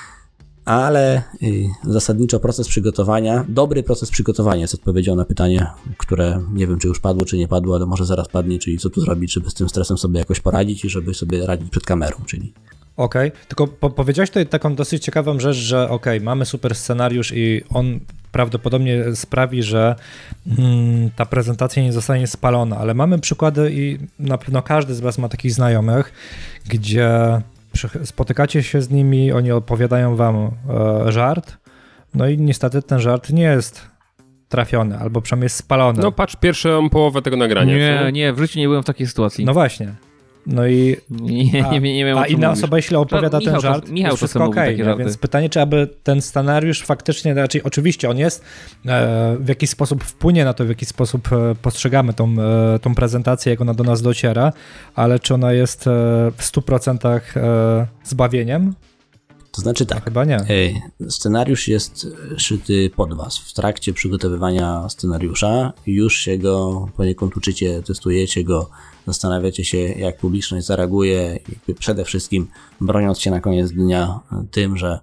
Ale zasadniczo proces przygotowania, dobry proces przygotowania jest odpowiedzią na pytanie, które nie wiem, czy już padło, czy nie padło, ale może zaraz padnie, czyli co tu zrobić, żeby z tym stresem sobie jakoś poradzić i żeby sobie radzić przed kamerą, czyli... Okej, okay. Tylko po- powiedziałeś tutaj taką dosyć ciekawą rzecz, że okej, okay, mamy super scenariusz i on prawdopodobnie sprawi, że mm, ta prezentacja nie zostanie spalona, ale mamy przykłady i na pewno każdy z was ma takich znajomych, gdzie spotykacie się z nimi, oni opowiadają wam e, żart, no i niestety ten żart nie jest trafiony, albo przynajmniej jest spalony. No patrz pierwszą połowę tego nagrania. Nie, co? nie, w życiu nie byłem w takiej sytuacji. No właśnie. No i nie, a, nie, nie wiem, a o czym inna mówisz. osoba, jeśli opowiada Michał ten żart, to, Michał jest wszystko mówi okej, takie okay, żarty. Więc pytanie, czy aby ten scenariusz faktycznie, raczej oczywiście on jest, e, w jakiś sposób wpłynie na to, w jaki sposób e, postrzegamy tą, e, tą prezentację, jak ona do nas dociera, ale czy ona jest e, w stu procentach e, zbawieniem? To znaczy tak, chyba nie. Scenariusz jest szyty pod was. W trakcie przygotowywania scenariusza już się go poniekąd uczycie, testujecie go, zastanawiacie się, jak publiczność zareaguje i przede wszystkim broniąc się na koniec dnia tym, że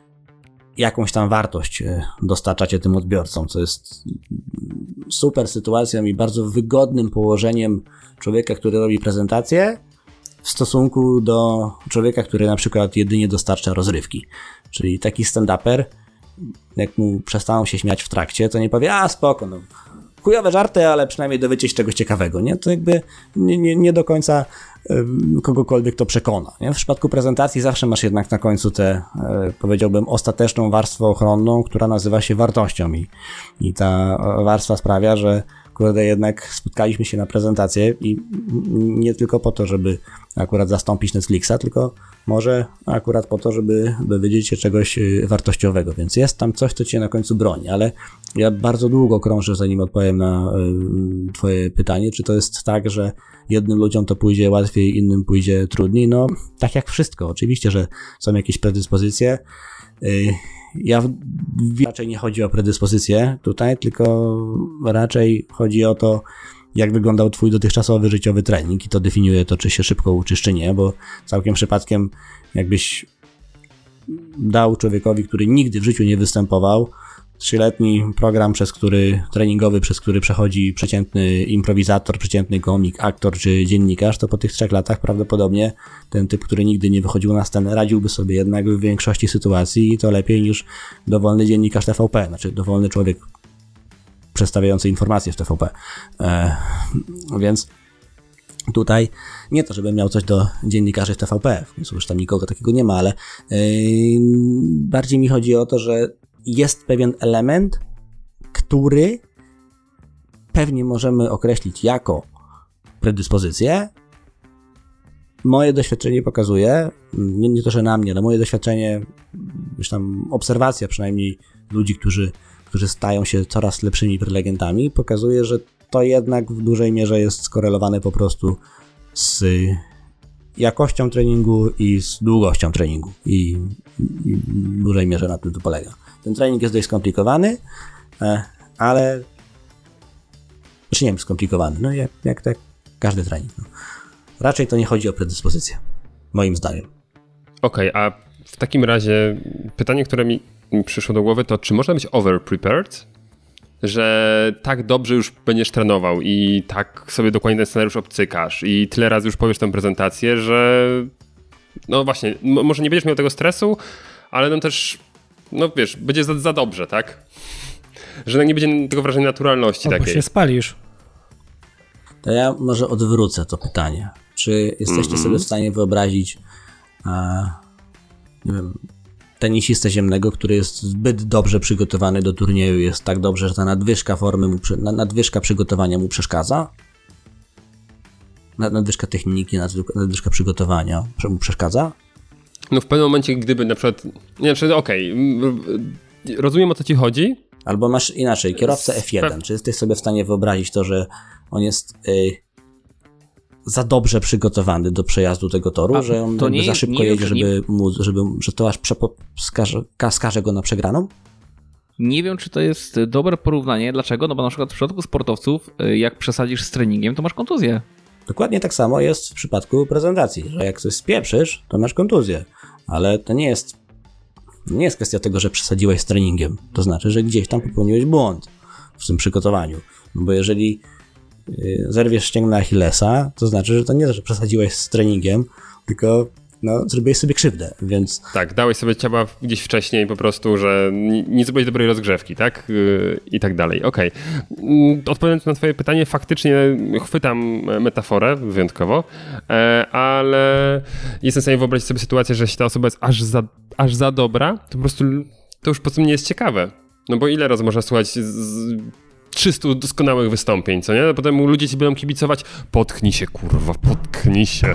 jakąś tam wartość dostarczacie tym odbiorcom, co jest super sytuacją i bardzo wygodnym położeniem człowieka, który robi prezentację, w stosunku do człowieka, który na przykład jedynie dostarcza rozrywki. Czyli taki stand-uper, jak mu przestaną się śmiać w trakcie, to nie powie, a spoko, no chujowe żarty, ale przynajmniej dowiecie się czegoś ciekawego, nie? To jakby nie, nie, nie do końca y, kogokolwiek to przekona, nie? W przypadku prezentacji zawsze masz jednak na końcu tę, y, powiedziałbym, ostateczną warstwę ochronną, która nazywa się wartością i, i ta warstwa sprawia, że kurde, jednak spotkaliśmy się na prezentację i nie tylko po to, żeby akurat zastąpić Netflixa, tylko może akurat po to, żeby dowiedzieć się czegoś wartościowego, więc jest tam coś, co cię na końcu broni, ale ja bardzo długo krążę, zanim odpowiem na y, twoje pytanie, czy to jest tak, że jednym ludziom to pójdzie łatwiej, innym pójdzie trudniej, no tak jak wszystko, oczywiście, że są jakieś predyspozycje, y, Ja raczej nie chodzi o predyspozycję tutaj, tylko raczej chodzi o to, jak wyglądał twój dotychczasowy życiowy trening i to definiuje to, czy się szybko uczysz, czy nie, bo całkiem przypadkiem jakbyś dał człowiekowi, który nigdy w życiu nie występował, trzyletni program, przez który treningowy, przez który przechodzi przeciętny improwizator, przeciętny komik, aktor czy dziennikarz, to po tych trzech latach prawdopodobnie ten typ, który nigdy nie wychodził na scenę, radziłby sobie jednak w większości sytuacji i to lepiej niż dowolny dziennikarz T V P, znaczy dowolny człowiek przedstawiający informacje w T V P. E, więc tutaj nie to, żebym miał coś do dziennikarzy w T V P, już tam nikogo takiego nie ma, ale e, bardziej mi chodzi o to, że jest pewien element, który pewnie możemy określić jako predyspozycję. Moje doświadczenie pokazuje, nie, nie to, że na mnie, ale moje doświadczenie, już tam obserwacja przynajmniej ludzi, którzy, którzy stają się coraz lepszymi prelegentami, pokazuje, że to jednak w dużej mierze jest skorelowane po prostu z jakością treningu i z długością treningu. I, i w dużej mierze na tym to polega. Ten trening jest dość skomplikowany, ale znaczy nie wiem, skomplikowany, no jak, jak tak każdy trening. No. Raczej to nie chodzi o predyspozycję, moim zdaniem. Okej, okay, a w takim razie pytanie, które mi przyszło do głowy, to czy można być over-prepared? Że tak dobrze już będziesz trenował i tak sobie dokładnie ten scenariusz obcykasz i tyle razy już powiesz tę prezentację, że no właśnie, m- może nie będziesz miał tego stresu, ale no też, no wiesz, będzie za, za dobrze, tak? Że nie będzie tego wrażenia naturalności Albo takiej. się spalisz. To ja może odwrócę to pytanie. Czy jesteście mm-hmm. sobie w stanie wyobrazić a, nie wiem, tenisistę ziemnego, który jest zbyt dobrze przygotowany do turnieju, jest tak dobrze, że ta nadwyżka formy, mu, nadwyżka przygotowania mu przeszkadza? Nadwyżka techniki, nadwyżka przygotowania mu przeszkadza? No w pewnym momencie, gdyby na przykład, nie wiem, okej, okay, rozumiem, o co ci chodzi. Albo masz inaczej, kierowca F jeden, czy jesteś sobie w stanie wyobrazić to, że on jest y, za dobrze przygotowany do przejazdu tego toru, A że on to nie, za szybko nie, jedzie, nie, żeby, mu, żeby że to aż przepo, skaże, skaże go na przegraną? Nie wiem, czy to jest dobre porównanie. Dlaczego? No bo na przykład w przypadku sportowców, jak przesadzisz z treningiem, to masz kontuzję. Dokładnie tak samo jest w przypadku prezentacji, że jak coś spieprzysz, to masz kontuzję. Ale to nie jest, nie jest kwestia tego, że przesadziłeś z treningiem. To znaczy, że gdzieś tam popełniłeś błąd w tym przygotowaniu. No bo jeżeli yy, zerwiesz ścięgno Achillesa, to znaczy, że to nie to, że przesadziłeś z treningiem, tylko no, zrobiłeś sobie krzywdę, więc... Tak, dałeś sobie ciała gdzieś wcześniej po prostu, że nie zrobiłeś dobrej rozgrzewki, tak? Yy, I tak dalej. Okej. Okay. Odpowiadając na twoje pytanie, faktycznie chwytam metaforę wyjątkowo, ale jestem w stanie wyobrazić sobie sytuację, że jeśli ta osoba jest aż za, aż za dobra, to po prostu to już po prostu nie jest ciekawe. No bo ile razy można słuchać z trzystu doskonałych wystąpień, co nie? A potem ludzie ci będą kibicować, potknij się, kurwa, potknij się.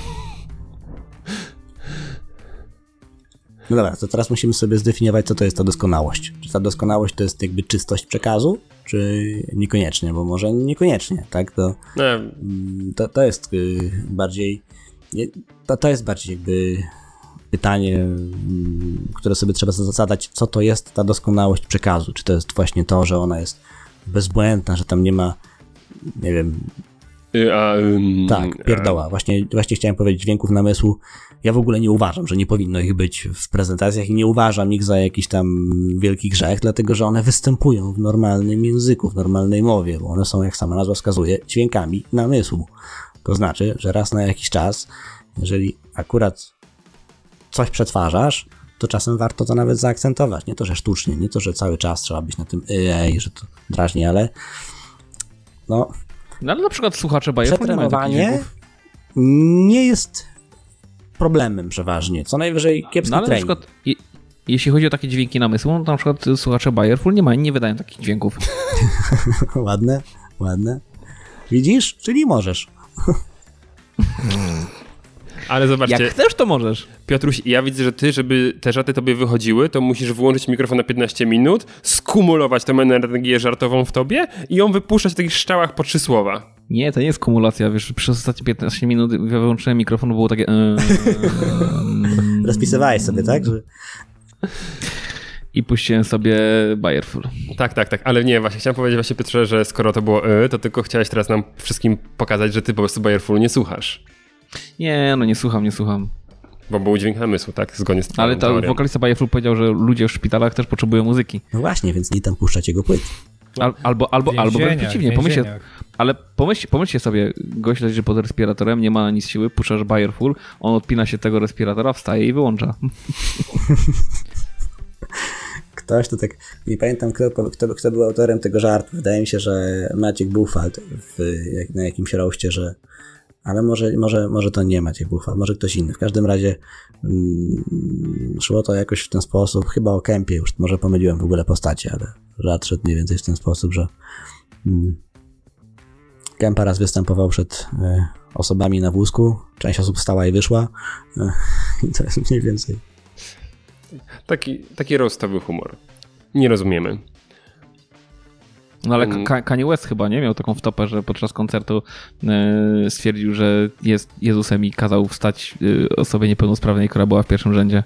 No dobra, to teraz musimy sobie zdefiniować, co to jest ta doskonałość. Czy ta doskonałość to jest jakby czystość przekazu, czy niekoniecznie, bo może niekoniecznie, tak? To, to, to jest bardziej, to, to jest bardziej jakby pytanie, które sobie trzeba zadać, co to jest ta doskonałość przekazu. Czy to jest właśnie to, że ona jest bezbłędna, że tam nie ma, nie wiem... A, um, tak, pierdoła. Właśnie, właśnie chciałem powiedzieć dźwięków namysłu. Ja w ogóle nie uważam, że nie powinno ich być w prezentacjach i nie uważam ich za jakiś tam wielki grzech, dlatego że one występują w normalnym języku, w normalnej mowie, bo one są, jak sama nazwa wskazuje, dźwiękami namysłu. To znaczy, że raz na jakiś czas, jeżeli akurat coś przetwarzasz, to czasem warto to nawet zaakcentować. Nie to, że sztucznie, nie to, że cały czas trzeba być na tym ej, że to drażni, ale no... No ale na przykład słuchacze Bayer nie mają takich dźwięków. Nie jest problemem przeważnie. Co najwyżej kiepski no, ale trening. Na przykład, je, jeśli chodzi o takie dźwięki namysłu, no to na przykład słuchacze Bayerful nie mają, nie wydają takich dźwięków. Ładne, ładne. Widzisz? Czyli możesz. Ale zobaczcie. Jak chcesz, to możesz. Piotruś, ja widzę, że ty, żeby te żarty tobie wychodziły, to musisz włączyć mikrofon na piętnaście minut, skumulować tę energię żartową w tobie i ją wypuszczać w takich strzałach po trzy słowa. Nie, to nie jest kumulacja, wiesz, przez ostatnie piętnaście minut ja wyłączyłem mikrofon, było takie... Rozpisywałeś sobie, tak? Że... I puściłem sobie Bayerful. Tak, tak, tak, ale nie, właśnie chciałem powiedzieć właśnie, Piotrze, że skoro to było y, to tylko chciałeś teraz nam wszystkim pokazać, że ty po prostu Bayerful nie słuchasz. Nie, no nie słucham, nie słucham. Bo był dźwięk namysłu, tak? Zgodnie z twoją Ale ta teorią. wokalista Bayerful powiedział, że ludzie w szpitalach też potrzebują muzyki. No właśnie, więc nie tam puszczać jego płyt. Al, albo, albo, albo wręcz przeciwnie, pomyślcie, ale pomyśl, pomyślcie sobie, gość leży pod respiratorem, nie ma na nic siły, puszczasz Bayerful, on odpina się tego respiratora, wstaje i wyłącza. Ktoś to tak, nie pamiętam kto, kto, kto był autorem tego żartu, wydaje mi się, że Maciek Bufald w, na jakimś roście, że ale może, może, może to nie Maciek Bufald, może ktoś inny. W każdym razie mm, szło to jakoś w ten sposób, chyba o Kempie już, może pomyliłem w ogóle postacie, ale żart szedł mniej więcej w ten sposób, że mm, Kempa raz występował przed y, osobami na wózku, część osób stała i wyszła y, i to jest mniej więcej. Taki, taki roastowy humor. Nie rozumiemy. No ale Ka- Kanye West chyba nie miał taką wtopę, że podczas koncertu yy, stwierdził, że jest Jezusem i kazał wstać yy, osobie niepełnosprawnej, która była w pierwszym rzędzie.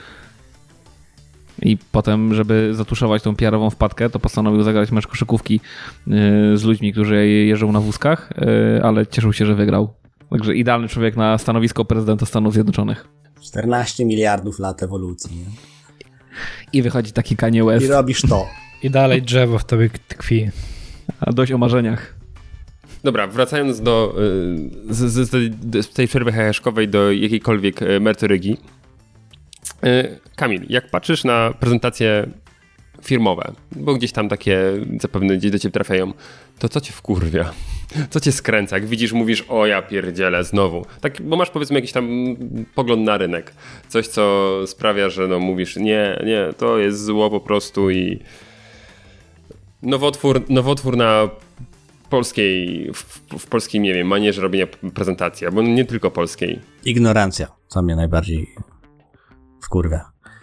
I potem, żeby zatuszować tą P R-ową wpadkę, to postanowił zagrać mecz koszykówki yy, z ludźmi, którzy jeżdżą na wózkach, yy, ale cieszył się, że wygrał. Także idealny człowiek na stanowisko prezydenta Stanów Zjednoczonych. czternaście miliardów lat ewolucji, nie? I wychodzi taki Kanye West. I robisz to. I dalej drzewo w tobie tkwi. A dość o marzeniach. Dobra, wracając do z, z, z tej przerwy heheszkowej do jakiejkolwiek merytoryki. Kamil, jak patrzysz na prezentacje firmowe, bo gdzieś tam takie zapewne gdzieś do ciebie trafiają, to co cię wkurwia? Co cię skręca? Jak widzisz, mówisz, o ja pierdzielę, znowu. Tak, bo masz powiedzmy jakiś tam pogląd na rynek. Coś, co sprawia, że no mówisz, nie, nie, to jest zło po prostu i nowotwór, nowotwór na polskiej, w, w polskiej, nie wiem, manierze robienia prezentacji, albo nie tylko polskiej. Ignorancja, co mnie najbardziej wkurwia.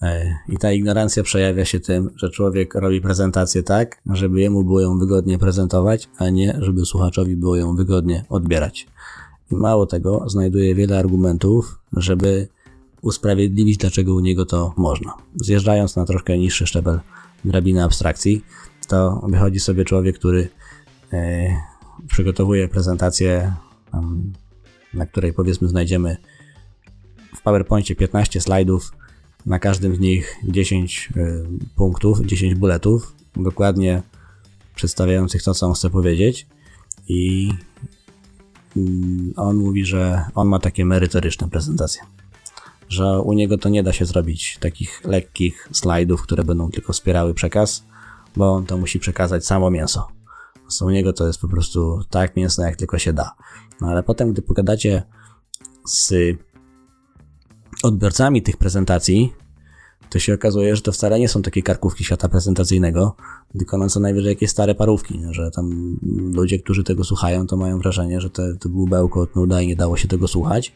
I ta ignorancja przejawia się tym, że człowiek robi prezentację tak, żeby jemu było ją wygodnie prezentować, a nie żeby słuchaczowi było ją wygodnie odbierać. I mało tego, znajduje wiele argumentów, żeby usprawiedliwić, dlaczego u niego to można. Zjeżdżając na troszkę niższy szczebel drabiny abstrakcji, to wychodzi sobie człowiek, który e, przygotowuje prezentację, um, na której powiedzmy znajdziemy w PowerPoincie piętnaście slajdów, na każdym z nich dziesięć y, punktów, dziesięć bulletów, dokładnie przedstawiających to, co on chce powiedzieć. I y, on mówi, że on ma takie merytoryczne prezentacje. Że u niego to nie da się zrobić takich lekkich slajdów, które będą tylko wspierały przekaz, bo on to musi przekazać samo mięso. U niego to jest po prostu tak mięsne, jak tylko się da. No ale potem, gdy pogadacie z odbiorcami tych prezentacji, to się okazuje, że to wcale nie są takie karkówki świata prezentacyjnego, tylko na co najwyżej jakieś stare parówki, że tam ludzie, którzy tego słuchają, to mają wrażenie, że to, to był bełkot, nuda i nie dało się tego słuchać.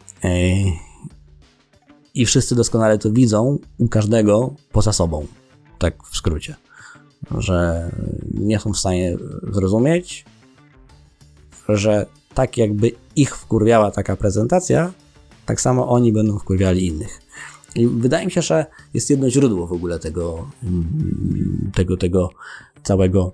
I wszyscy doskonale to widzą u każdego poza sobą, tak w skrócie, że nie są w stanie zrozumieć, że tak jakby ich wkurwiała taka prezentacja, tak samo oni będą wkurwiali innych. I wydaje mi się, że jest jedno źródło w ogóle tego, tego, tego całego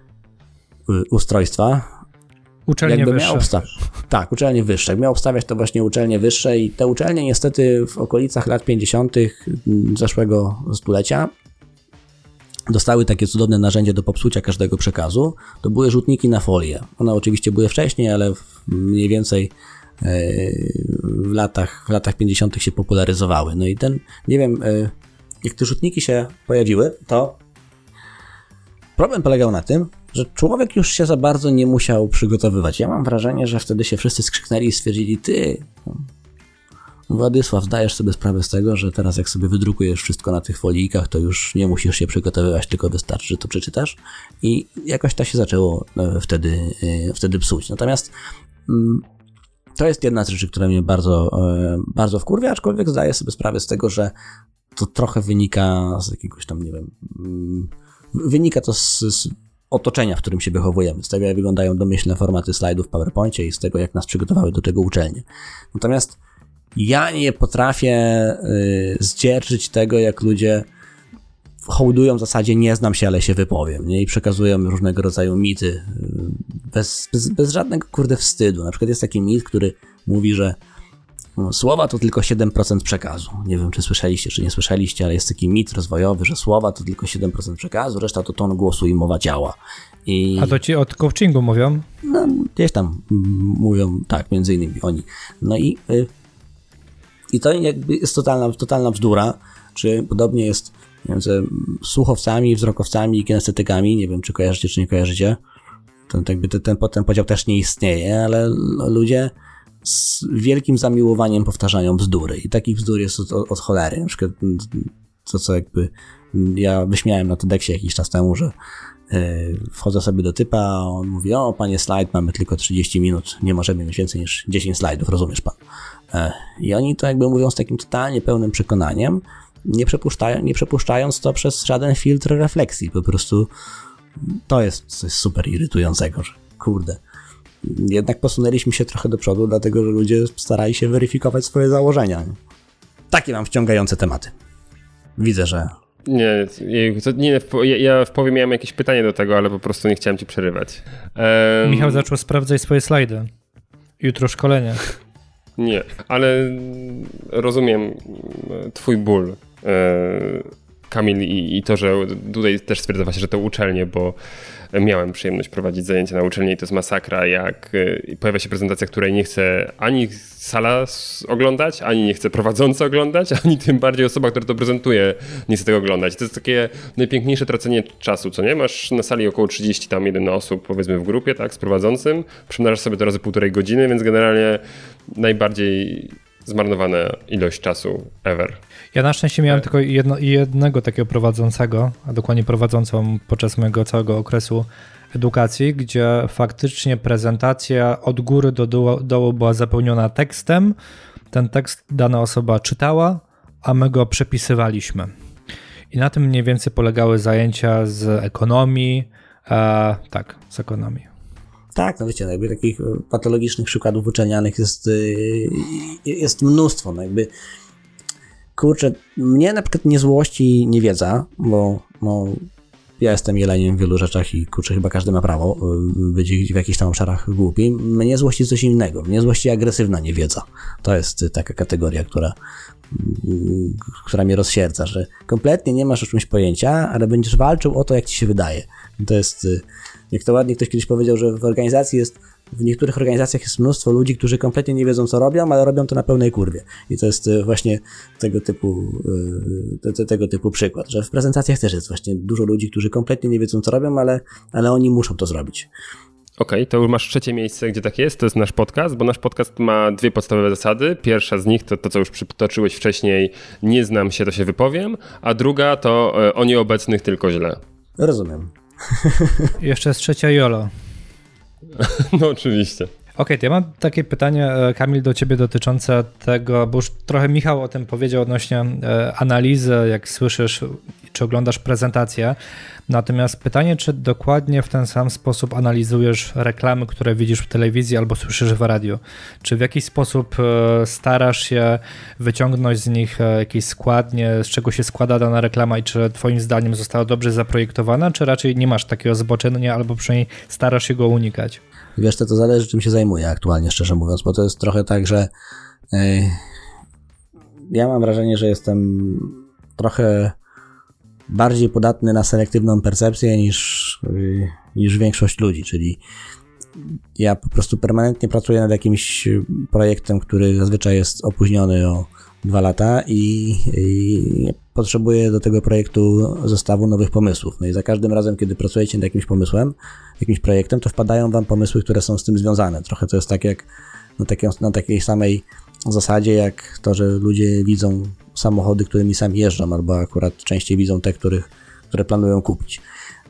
ustrojstwa. Uczelnie Jakby wyższe. Miał obsta- tak, uczelnie wyższe. Miał obstawiać to właśnie uczelnie wyższe i te uczelnie niestety w okolicach lat pięćdziesiątych zeszłego stulecia dostały takie cudowne narzędzie do popsucia każdego przekazu. To były rzutniki na folię. One oczywiście były wcześniej, ale mniej więcej w latach, w latach pięćdziesiątych się popularyzowały. No i ten, nie wiem, jak te rzutniki się pojawiły, to problem polegał na tym, że człowiek już się za bardzo nie musiał przygotowywać. Ja mam wrażenie, że wtedy się wszyscy skrzyknęli i stwierdzili, ty, Władysław, zdajesz sobie sprawę z tego, że teraz jak sobie wydrukujesz wszystko na tych folijkach, to już nie musisz się przygotowywać, tylko wystarczy, że to przeczytasz. I jakoś to się zaczęło wtedy, wtedy psuć. Natomiast to jest jedna z rzeczy, która mnie bardzo, bardzo wkurwia, aczkolwiek zdaję sobie sprawę z tego, że to trochę wynika z jakiegoś tam, nie wiem, wynika to z, z otoczenia, w którym się wychowujemy, z tego, jak wyglądają domyślne formaty slajdów w PowerPoincie i z tego, jak nas przygotowały do tego uczelnie. Natomiast ja nie potrafię y, zdzierżyć tego, jak ludzie hołdują w zasadzie nie znam się, ale się wypowiem, nie? I przekazują różnego rodzaju mity y, bez, bez, bez żadnego, kurde, wstydu. Na przykład jest taki mit, który mówi, że no, słowa to tylko siedem procent przekazu. Nie wiem, czy słyszeliście, czy nie słyszeliście, ale jest taki mit rozwojowy, że słowa to tylko siedem procent przekazu, reszta to ton głosu i mowa ciała. I... A to ci od coachingu mówią? No, gdzieś tam mm, mówią, tak, między innymi oni. No i... Y, I to jakby jest totalna, totalna bzdura, czy podobnie jest między słuchowcami, wzrokowcami i kinestetykami, nie wiem, czy kojarzycie, czy nie kojarzycie, ten, jakby ten, ten, ten podział też nie istnieje, ale ludzie z wielkim zamiłowaniem powtarzają bzdury i takich bzdur jest od, od cholery, na przykład to, co jakby ja wyśmiałem na TEDxie jakiś czas temu, że yy, wchodzę sobie do typa, a on mówi, o panie slajd, mamy tylko trzydzieści minut, nie możemy mieć więcej niż dziesięć slajdów, rozumiesz pan? I oni to jakby mówią z takim totalnie pełnym przekonaniem, nie, przepuszczają, nie przepuszczając to przez żaden filtr refleksji. Po prostu to jest coś super irytującego, że kurde. Jednak posunęliśmy się trochę do przodu, dlatego że ludzie starali się weryfikować swoje założenia. Takie mam wciągające tematy. Widzę, że... Nie, to nie ja, ja w połowie miałem jakieś pytanie do tego, ale po prostu nie chciałem ci przerywać. Um... Michał zaczął sprawdzać swoje slajdy. Jutro szkolenie. Nie, ale rozumiem twój ból, Kamil, i, i to, że tutaj też stwierdzałaś, że to uczelnie, bo miałem przyjemność prowadzić zajęcia na uczelni i to jest masakra, jak pojawia się prezentacja, której nie chce ani sala oglądać, ani nie chce prowadzący oglądać, ani tym bardziej osoba, która to prezentuje, nie chce tego oglądać. To jest takie najpiękniejsze tracenie czasu, co nie? Masz na sali około trzydzieści tam jeden osób, powiedzmy w grupie, tak, z prowadzącym, przemnażasz sobie to razy półtorej godziny, więc generalnie najbardziej zmarnowana ilość czasu ever. Ja na szczęście miałem tylko jedno, jednego takiego prowadzącego, a dokładnie prowadzącą podczas mojego całego okresu edukacji, gdzie faktycznie prezentacja od góry do dołu, dołu była zapełniona tekstem. Ten tekst dana osoba czytała, a my go przepisywaliśmy. I na tym mniej więcej polegały zajęcia z ekonomii, e, tak, z ekonomii. Tak, no wiecie, jakby takich patologicznych przykładów uczelnianych jest, jest mnóstwo. No jakby, kurczę, mnie na przykład nie złości niewiedza, bo no, ja jestem jeleniem w wielu rzeczach i kurczę, chyba każdy ma prawo być w jakichś tam obszarach głupi. Mnie złości coś innego. Mnie złości agresywna niewiedza. To jest taka kategoria, która, która mnie rozsierdza, że kompletnie nie masz o czymś pojęcia, ale będziesz walczył o to, jak ci się wydaje. To jest, jak to ładnie ktoś kiedyś powiedział, że w organizacji jest, w niektórych organizacjach jest mnóstwo ludzi, którzy kompletnie nie wiedzą, co robią, ale robią to na pełnej kurwie. I to jest właśnie tego typu, te, te, tego typu przykład, że w prezentacjach też jest właśnie dużo ludzi, którzy kompletnie nie wiedzą, co robią, ale, ale oni muszą to zrobić. Okej, okay, to już masz trzecie miejsce, gdzie tak jest, to jest nasz podcast, bo nasz podcast ma dwie podstawowe zasady. Pierwsza z nich to to, co już przytoczyłeś wcześniej, nie znam się, to się wypowiem, a druga to o nieobecnych tylko źle. Rozumiem. Jeszcze jest trzecia Jolo. No oczywiście. Okej, okay, to ja mam takie pytanie, Kamil, do ciebie dotyczące tego, bo już trochę Michał o tym powiedział odnośnie analizy, jak słyszysz czy oglądasz prezentację. Natomiast pytanie, czy dokładnie w ten sam sposób analizujesz reklamy, które widzisz w telewizji albo słyszysz w radiu? Czy w jakiś sposób starasz się wyciągnąć z nich jakieś składnie, z czego się składa dana reklama i czy twoim zdaniem została dobrze zaprojektowana, czy raczej nie masz takiego zboczenia albo przynajmniej starasz się go unikać? Wiesz, to, to zależy, czym się zajmuję aktualnie, szczerze mówiąc, bo to jest trochę tak, że yy, ja mam wrażenie, że jestem trochę bardziej podatny na selektywną percepcję niż, yy, niż większość ludzi, czyli ja po prostu permanentnie pracuję nad jakimś projektem, który zazwyczaj jest opóźniony o dwa lata i, i potrzebuję do tego projektu zestawu nowych pomysłów. No i za każdym razem, kiedy pracujecie nad jakimś pomysłem, jakimś projektem, to wpadają wam pomysły, które są z tym związane. Trochę to jest tak jak na takiej, na takiej samej zasadzie, jak to, że ludzie widzą samochody, którymi sami jeżdżą, albo akurat częściej widzą te, których, które planują kupić.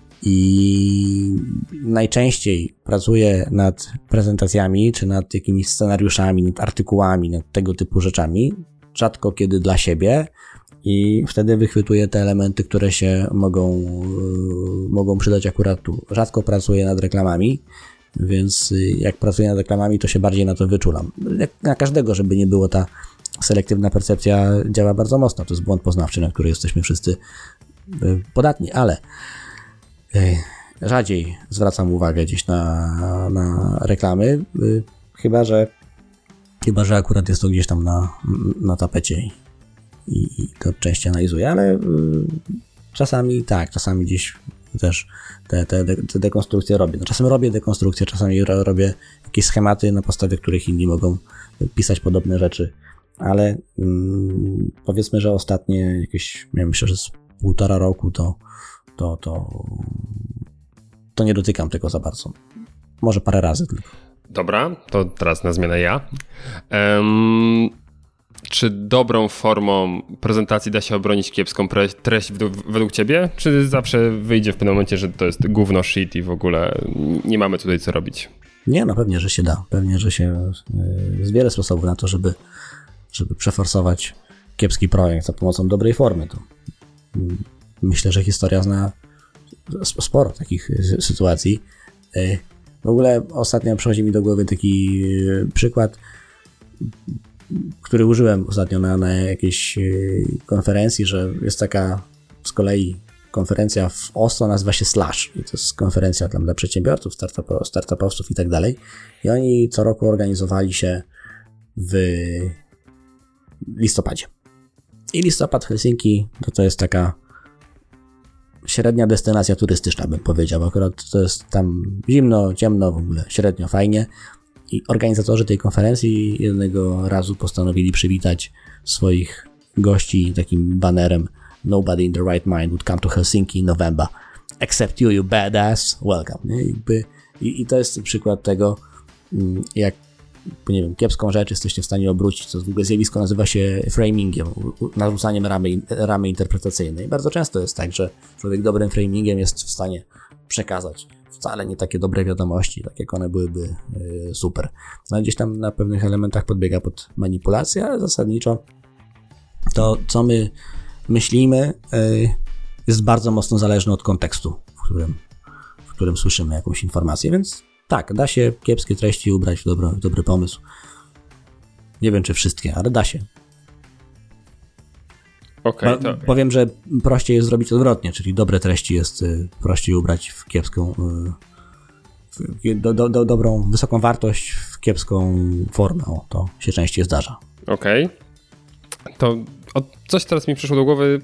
I najczęściej pracuję nad prezentacjami, czy nad jakimiś scenariuszami, nad artykułami, nad tego typu rzeczami, rzadko kiedy dla siebie i wtedy wychwytuję te elementy, które się mogą, yy, mogą przydać akurat tu. Rzadko pracuję nad reklamami, więc jak pracuję nad reklamami, to się bardziej na to wyczulam. Jak na każdego, żeby nie było, ta selektywna percepcja działa bardzo mocno. To jest błąd poznawczy, na który jesteśmy wszyscy yy, podatni, ale yy, rzadziej zwracam uwagę gdzieś na, na reklamy, yy, chyba że Chyba, że akurat jest to gdzieś tam na, na tapecie i, i to częściej analizuję, ale y, czasami tak, czasami gdzieś też te, te, te dekonstrukcje robię. No, czasem robię dekonstrukcje, czasami ro, robię jakieś schematy, na podstawie których inni mogą pisać podobne rzeczy, ale y, powiedzmy, że ostatnie jakieś, ja myślę, że z półtora roku to, to, to, to nie dotykam tego za bardzo. Może parę razy tylko. Dobra, to teraz na zmianę ja. Um, czy dobrą formą prezentacji da się obronić kiepską pre- treść w- według ciebie? Czy zawsze wyjdzie w pewnym momencie, że to jest gówno shit i w ogóle nie mamy tutaj co robić? Nie, no pewnie, że się da. Pewnie, że się jest wiele sposobów na to, żeby, żeby przeforsować kiepski projekt za pomocą dobrej formy. To myślę, że historia zna sporo takich sytuacji. W ogóle ostatnio przychodzi mi do głowy taki przykład, który użyłem ostatnio na, na jakiejś konferencji, że jest taka z kolei konferencja w Oslo, nazywa się Slash i to jest konferencja tam dla przedsiębiorców, startup, startupowców i tak dalej. I oni co roku organizowali się w listopadzie. I listopad Helsinki to, to jest taka średnia destynacja turystyczna, bym powiedział. Akurat to jest tam zimno, ciemno, w ogóle średnio fajnie. I organizatorzy tej konferencji jednego razu postanowili przywitać swoich gości takim banerem Nobody in the right mind would come to Helsinki in November, except you, you badass, welcome. Nie? Jakby, i, I to jest przykład tego, jak nie wiem, kiepską rzecz jesteście w stanie obrócić. To w ogóle zjawisko nazywa się framingiem, narzucaniem ramy, ramy interpretacyjnej. Bardzo często jest tak, że człowiek dobrym framingiem jest w stanie przekazać wcale nie takie dobre wiadomości, tak jak one byłyby yy, super. No gdzieś tam na pewnych elementach podbiega pod manipulację, ale zasadniczo to co my myślimy jest bardzo mocno zależne od kontekstu, w którym, w którym słyszymy jakąś informację, więc tak, da się kiepskie treści ubrać w dobry, w dobry pomysł. Nie wiem, czy wszystkie, ale da się. Okay, to... Powiem, że prościej jest zrobić odwrotnie, czyli dobre treści jest prościej ubrać w kiepską, w do, do, do, dobrą, wysoką wartość w kiepską formę. O, to się częściej zdarza. Okej. Okay. To o, coś teraz mi przyszło do głowy.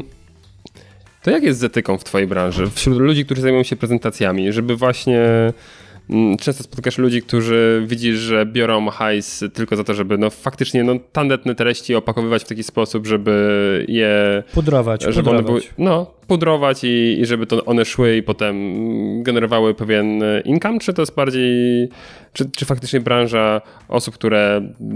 To jak jest z etyką w twojej branży? Wśród ludzi, którzy zajmują się prezentacjami, żeby właśnie... Często spotykasz ludzi, którzy widzisz, że biorą hajs tylko za to, żeby no faktycznie no, tandetne treści opakowywać w taki sposób, żeby je... Pudrować, żeby pudrować. One były, no, pudrować i, i żeby to one szły i potem generowały pewien income, czy to jest bardziej... Czy, czy faktycznie branża osób, które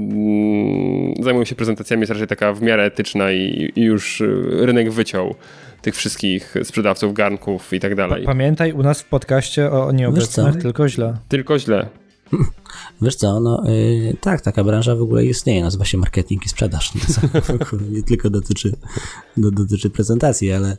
mm, zajmują się prezentacjami jest raczej taka w miarę etyczna i, i już rynek wyciął tych wszystkich sprzedawców garnków i tak dalej. Pamiętaj, u nas w podcaście o nieobecnych tylko źle. Tylko źle. Wiesz co, no yy, tak, taka branża w ogóle istnieje, nazywa się marketing i sprzedaż. Nie, nie tylko dotyczy, do, dotyczy prezentacji, ale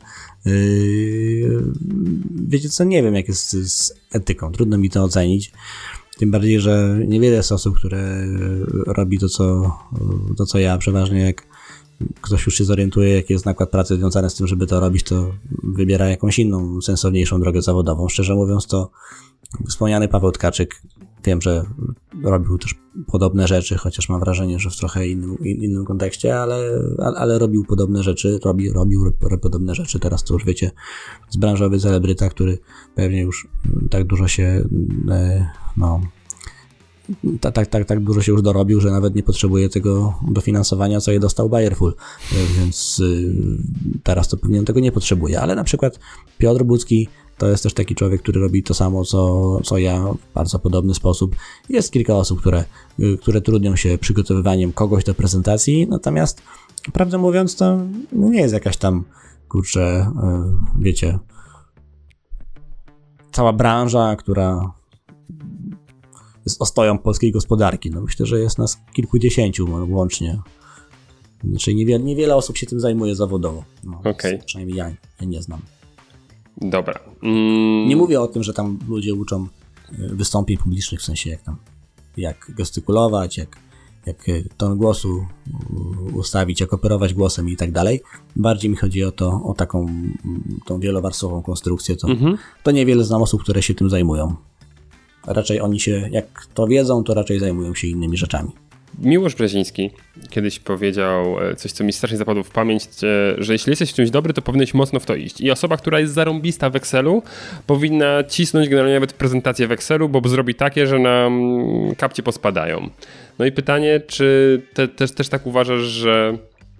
yy, wiecie co, nie wiem jak jest z etyką, trudno mi to ocenić. Tym bardziej, że niewiele jest osób, które robi to, co, to, co ja, przeważnie jak ktoś już się zorientuje, jaki jest nakład pracy związany z tym, żeby to robić, to wybiera jakąś inną, sensowniejszą drogę zawodową. Szczerze mówiąc, to wspomniany Paweł Tkaczyk, wiem, że robił też podobne rzeczy, chociaż mam wrażenie, że w trochę innym, innym kontekście, ale, ale robił podobne rzeczy, robi, robił podobne rzeczy. Teraz to już wiecie, z branżowy celebryta, który pewnie już tak dużo się no Tak, tak, tak, tak dużo się już dorobił, że nawet nie potrzebuje tego dofinansowania, co je dostał Bayerful, więc teraz to pewnie tego nie potrzebuje, ale na przykład Piotr Budzki to jest też taki człowiek, który robi to samo, co, co ja, w bardzo podobny sposób. Jest kilka osób, które, które trudnią się przygotowywaniem kogoś do prezentacji, natomiast prawdę mówiąc to nie jest jakaś tam, kurczę, wiecie, cała branża, która jest ostoją polskiej gospodarki. No myślę, że jest nas kilkudziesięciu łącznie. Znaczy niewiele, niewiele osób się tym zajmuje zawodowo. No, okay. Przynajmniej ja, ja nie znam. Dobra. Mm. Nie mówię o tym, że tam ludzie uczą wystąpień publicznych, w sensie jak tam, jak gestykulować, jak, jak ton głosu ustawić, jak operować głosem i tak dalej. Bardziej mi chodzi o to, o taką tą wielowarstwową konstrukcję. To, mm-hmm. to niewiele znam osób, które się tym zajmują. Raczej oni się, jak to wiedzą, to raczej zajmują się innymi rzeczami. Miłosz Brzeziński kiedyś powiedział coś, co mi strasznie zapadło w pamięć, że jeśli jesteś w czymś dobry, to powinieneś mocno w to iść. I osoba, która jest zarąbista w Excelu, powinna cisnąć generalnie nawet prezentację w Excelu, bo zrobi takie, że nam kapcie pospadają. No i pytanie, czy te, też, też tak uważasz, że...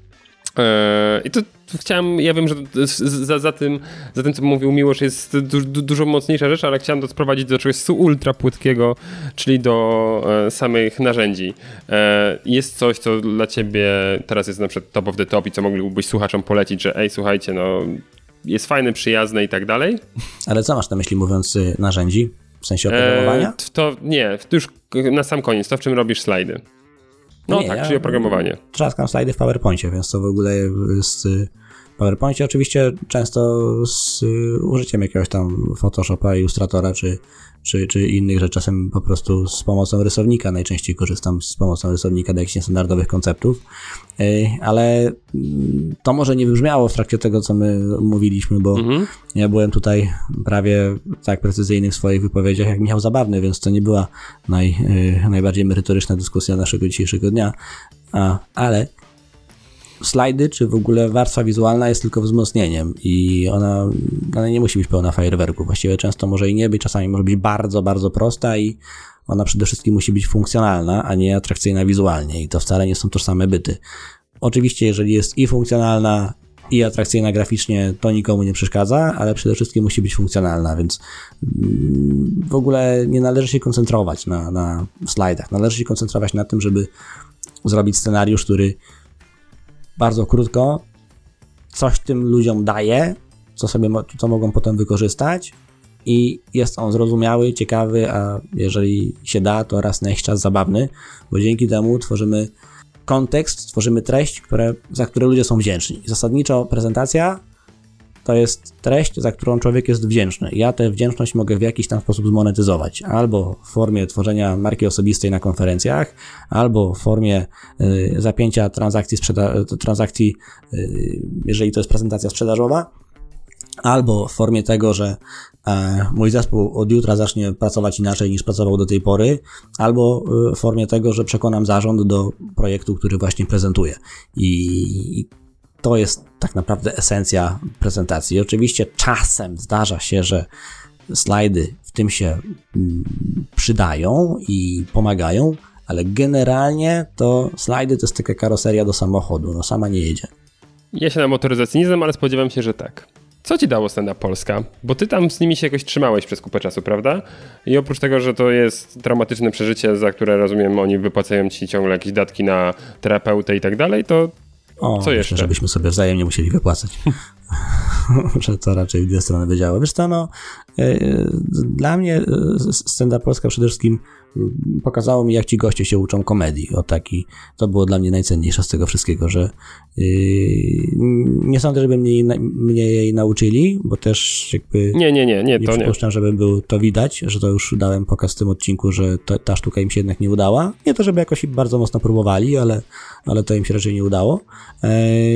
I to chciałem, ja wiem, że za, za, tym, za tym, co mówił Miłosz, jest du, du, dużo mocniejsza rzecz, ale chciałem to sprowadzić do czegoś ultra płytkiego, czyli do e, samych narzędzi. E, jest coś, co dla ciebie teraz jest na przykład top of the top i co moglibyś słuchaczom polecić, że ej, słuchajcie, no jest fajne, przyjazne i tak dalej. Ale co masz na myśli mówiąc narzędzi? W sensie oprogramowania? E, to nie, to już na sam koniec, to w czym robisz slajdy. No nie, tak, ja czyli oprogramowanie. Trzaskam slajdy w PowerPoincie, więc to w ogóle jest w PowerPoincie oczywiście często z użyciem jakiegoś tam Photoshopa, Illustratora czy, czy, czy innych rzeczy, czasem po prostu z pomocą rysownika. Najczęściej korzystam z pomocą rysownika do jakichś niestandardowych konceptów, ale to może nie wybrzmiało w trakcie tego, co my mówiliśmy, bo mhm. ja byłem tutaj prawie tak precyzyjny w swoich wypowiedziach jak Michał Zabawny, więc to nie była naj, najbardziej merytoryczna dyskusja naszego dzisiejszego dnia, A, ale slajdy, czy w ogóle warstwa wizualna jest tylko wzmocnieniem i ona, ona nie musi być pełna fajerwerku. Właściwie często może i nie być, czasami może być bardzo, bardzo prosta i ona przede wszystkim musi być funkcjonalna, a nie atrakcyjna wizualnie i to wcale nie są tożsame byty. Oczywiście, jeżeli jest i funkcjonalna, i atrakcyjna graficznie, to nikomu nie przeszkadza, ale przede wszystkim musi być funkcjonalna, więc w ogóle nie należy się koncentrować na, na slajdach. Należy się koncentrować na tym, żeby zrobić scenariusz, który bardzo krótko coś tym ludziom daje, co sobie, co mogą potem wykorzystać i jest on zrozumiały, ciekawy, a jeżeli się da, to raz na jakiś czas zabawny, bo dzięki temu tworzymy kontekst, stworzymy treść, które, za które ludzie są wdzięczni. Zasadniczo prezentacja to jest treść, za którą człowiek jest wdzięczny. Ja tę wdzięczność mogę w jakiś tam sposób zmonetyzować. Albo w formie tworzenia marki osobistej na konferencjach, albo w formie y, zapięcia transakcji, sprzeda- transakcji y, jeżeli to jest prezentacja sprzedażowa, albo w formie tego, że e, mój zespół od jutra zacznie pracować inaczej niż pracował do tej pory, albo w formie tego, że przekonam zarząd do projektu, który właśnie prezentuję. I to jest tak naprawdę esencja prezentacji. Oczywiście czasem zdarza się, że slajdy w tym się przydają i pomagają, ale generalnie to slajdy to jest taka karoseria do samochodu, no sama nie jedzie. Ja się na motoryzacji nie znam, ale spodziewam się, że tak. Co ci dało Stand Up Polska? Bo ty tam z nimi się jakoś trzymałeś przez kupę czasu, prawda? I oprócz tego, że to jest traumatyczne przeżycie, za które rozumiem, oni wypłacają ci ciągle jakieś datki na terapeutę i tak dalej, to o, co jeszcze? Myślę, żebyśmy sobie wzajemnie musieli wypłacać. Że to raczej w dwie strony by działało. Wiesz co, no, yy, dla mnie Stand Up Polska przede wszystkim pokazało mi, jak ci goście się uczą komedii. O taki, to było dla mnie najcenniejsze z tego wszystkiego, że yy, nie sądzę, żeby mnie, mnie jej nauczyli, bo też jakby nie, nie, nie, nie, nie to przypuszczam, nie. żeby był to widać, że to już dałem pokaz w tym odcinku, że to, ta sztuka im się jednak nie udała. Nie to, żeby jakoś bardzo mocno próbowali, ale, ale to im się raczej nie udało. Yy,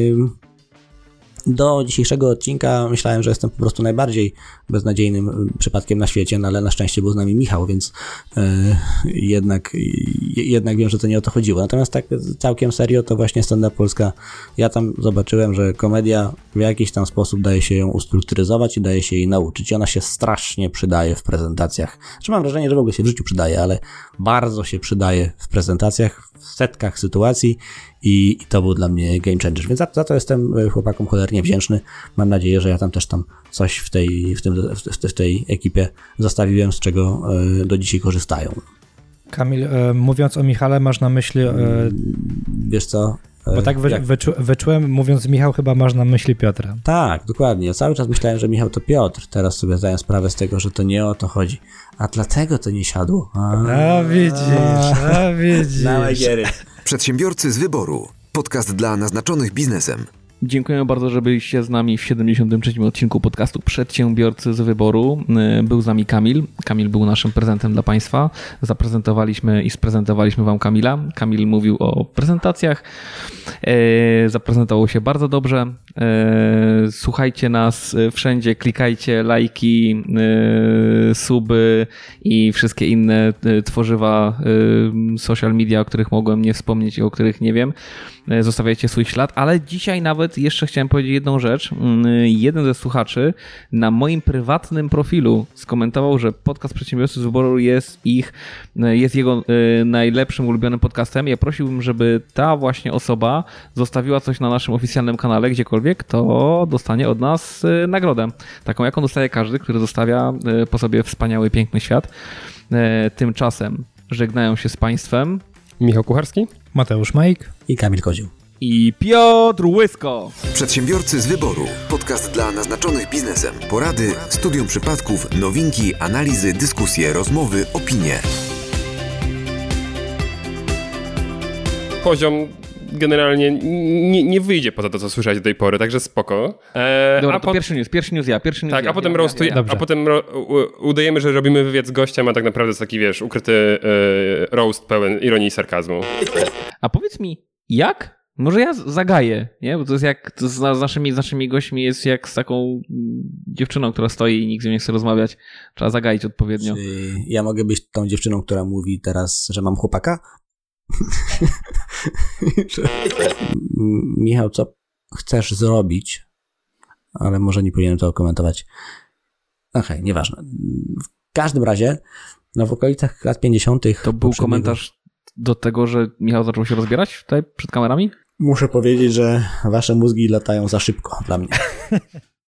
Do dzisiejszego odcinka myślałem, że jestem po prostu najbardziej beznadziejnym przypadkiem na świecie, no ale na szczęście był z nami Michał, więc e, jednak, jednak wiem, że to nie o to chodziło. Natomiast tak całkiem serio to właśnie Stand Up Polska, ja tam zobaczyłem, że komedia w jakiś tam sposób daje się ją ustrukturyzować i daje się jej nauczyć i ona się strasznie przydaje w prezentacjach. Znaczy mam wrażenie, że w ogóle się w życiu przydaje, ale bardzo się przydaje w prezentacjach, w setkach sytuacji i, i to był dla mnie game changer, więc za, za to jestem chłopakom cholernie wdzięczny. Mam nadzieję, że ja tam też tam coś w tej, w tym, w, w tej ekipie zostawiłem, z czego y, do dzisiaj korzystają. Kamil, y, mówiąc o Michale, masz na myśli... Y, Wiesz co? Y, bo tak wy, wyczu, wyczułem, mówiąc Michał, chyba masz na myśli Piotra. Tak, dokładnie. Ja cały czas myślałem, że Michał to Piotr. Teraz sobie zdaję sprawę z tego, że to nie o to chodzi. A dlatego to nie siadło. A, a widzisz, a widzisz. Przedsiębiorcy z wyboru. Podcast dla naznaczonych biznesem. Dziękujemy bardzo, że byliście z nami w siedemdziesiątym trzecim odcinku podcastu Przedsiębiorcy z wyboru. Był z nami Kamil. Kamil był naszym prezentem dla Państwa. Zaprezentowaliśmy i sprezentowaliśmy Wam Kamila. Kamil mówił o prezentacjach. Zaprezentował się bardzo dobrze. Słuchajcie nas wszędzie, klikajcie lajki, suby i wszystkie inne tworzywa social media, o których mogłem nie wspomnieć i o których nie wiem. Zostawiajcie swój ślad, ale dzisiaj nawet jeszcze chciałem powiedzieć jedną rzecz. Jeden ze słuchaczy na moim prywatnym profilu skomentował, że podcast Przedsiębiorcy z wyboru jest ich, jest jego najlepszym, ulubionym podcastem. Ja prosiłbym, żeby ta właśnie osoba zostawiła coś na naszym oficjalnym kanale, gdziekolwiek, to dostanie od nas nagrodę. Taką, jaką dostaje każdy, który zostawia po sobie wspaniały, piękny świat. Tymczasem żegnają się z Państwem Michał Kucharski, Mateusz Majk i Kamil Kozioł. I Piotr Łysko. Przedsiębiorcy z wyboru. Podcast dla naznaczonych biznesem. Porady, studium przypadków, nowinki, analizy, dyskusje, rozmowy, opinie. Poziom generalnie nie, nie wyjdzie poza to, co słyszałeś do tej pory, także spoko. Eee, Dobra, a to po... pierwszy news, pierwszy news ja, pierwszy news Tak, ja. a potem, ja, roastuj... ja, ja. a potem ro... udajemy, że robimy wywiad z gościem, a tak naprawdę jest taki, wiesz, ukryty e, roast pełen ironii i sarkazmu. A powiedz mi, jak? Może ja zagaję, nie? Bo to jest jak to z naszymi, z naszymi gośćmi jest jak z taką dziewczyną, która stoi i nikt z nią nie chce rozmawiać. Trzeba zagaić odpowiednio. Czy ja mogę być tą dziewczyną, która mówi teraz, że mam chłopaka? Michał, co chcesz zrobić? Ale może nie powinienem to komentować. Okej, okay, nieważne. W każdym razie, no w okolicach lat pięćdziesiątych To był komentarz do tego, że Michał zaczął się rozbierać tutaj przed kamerami? Muszę powiedzieć, że wasze mózgi latają za szybko dla mnie.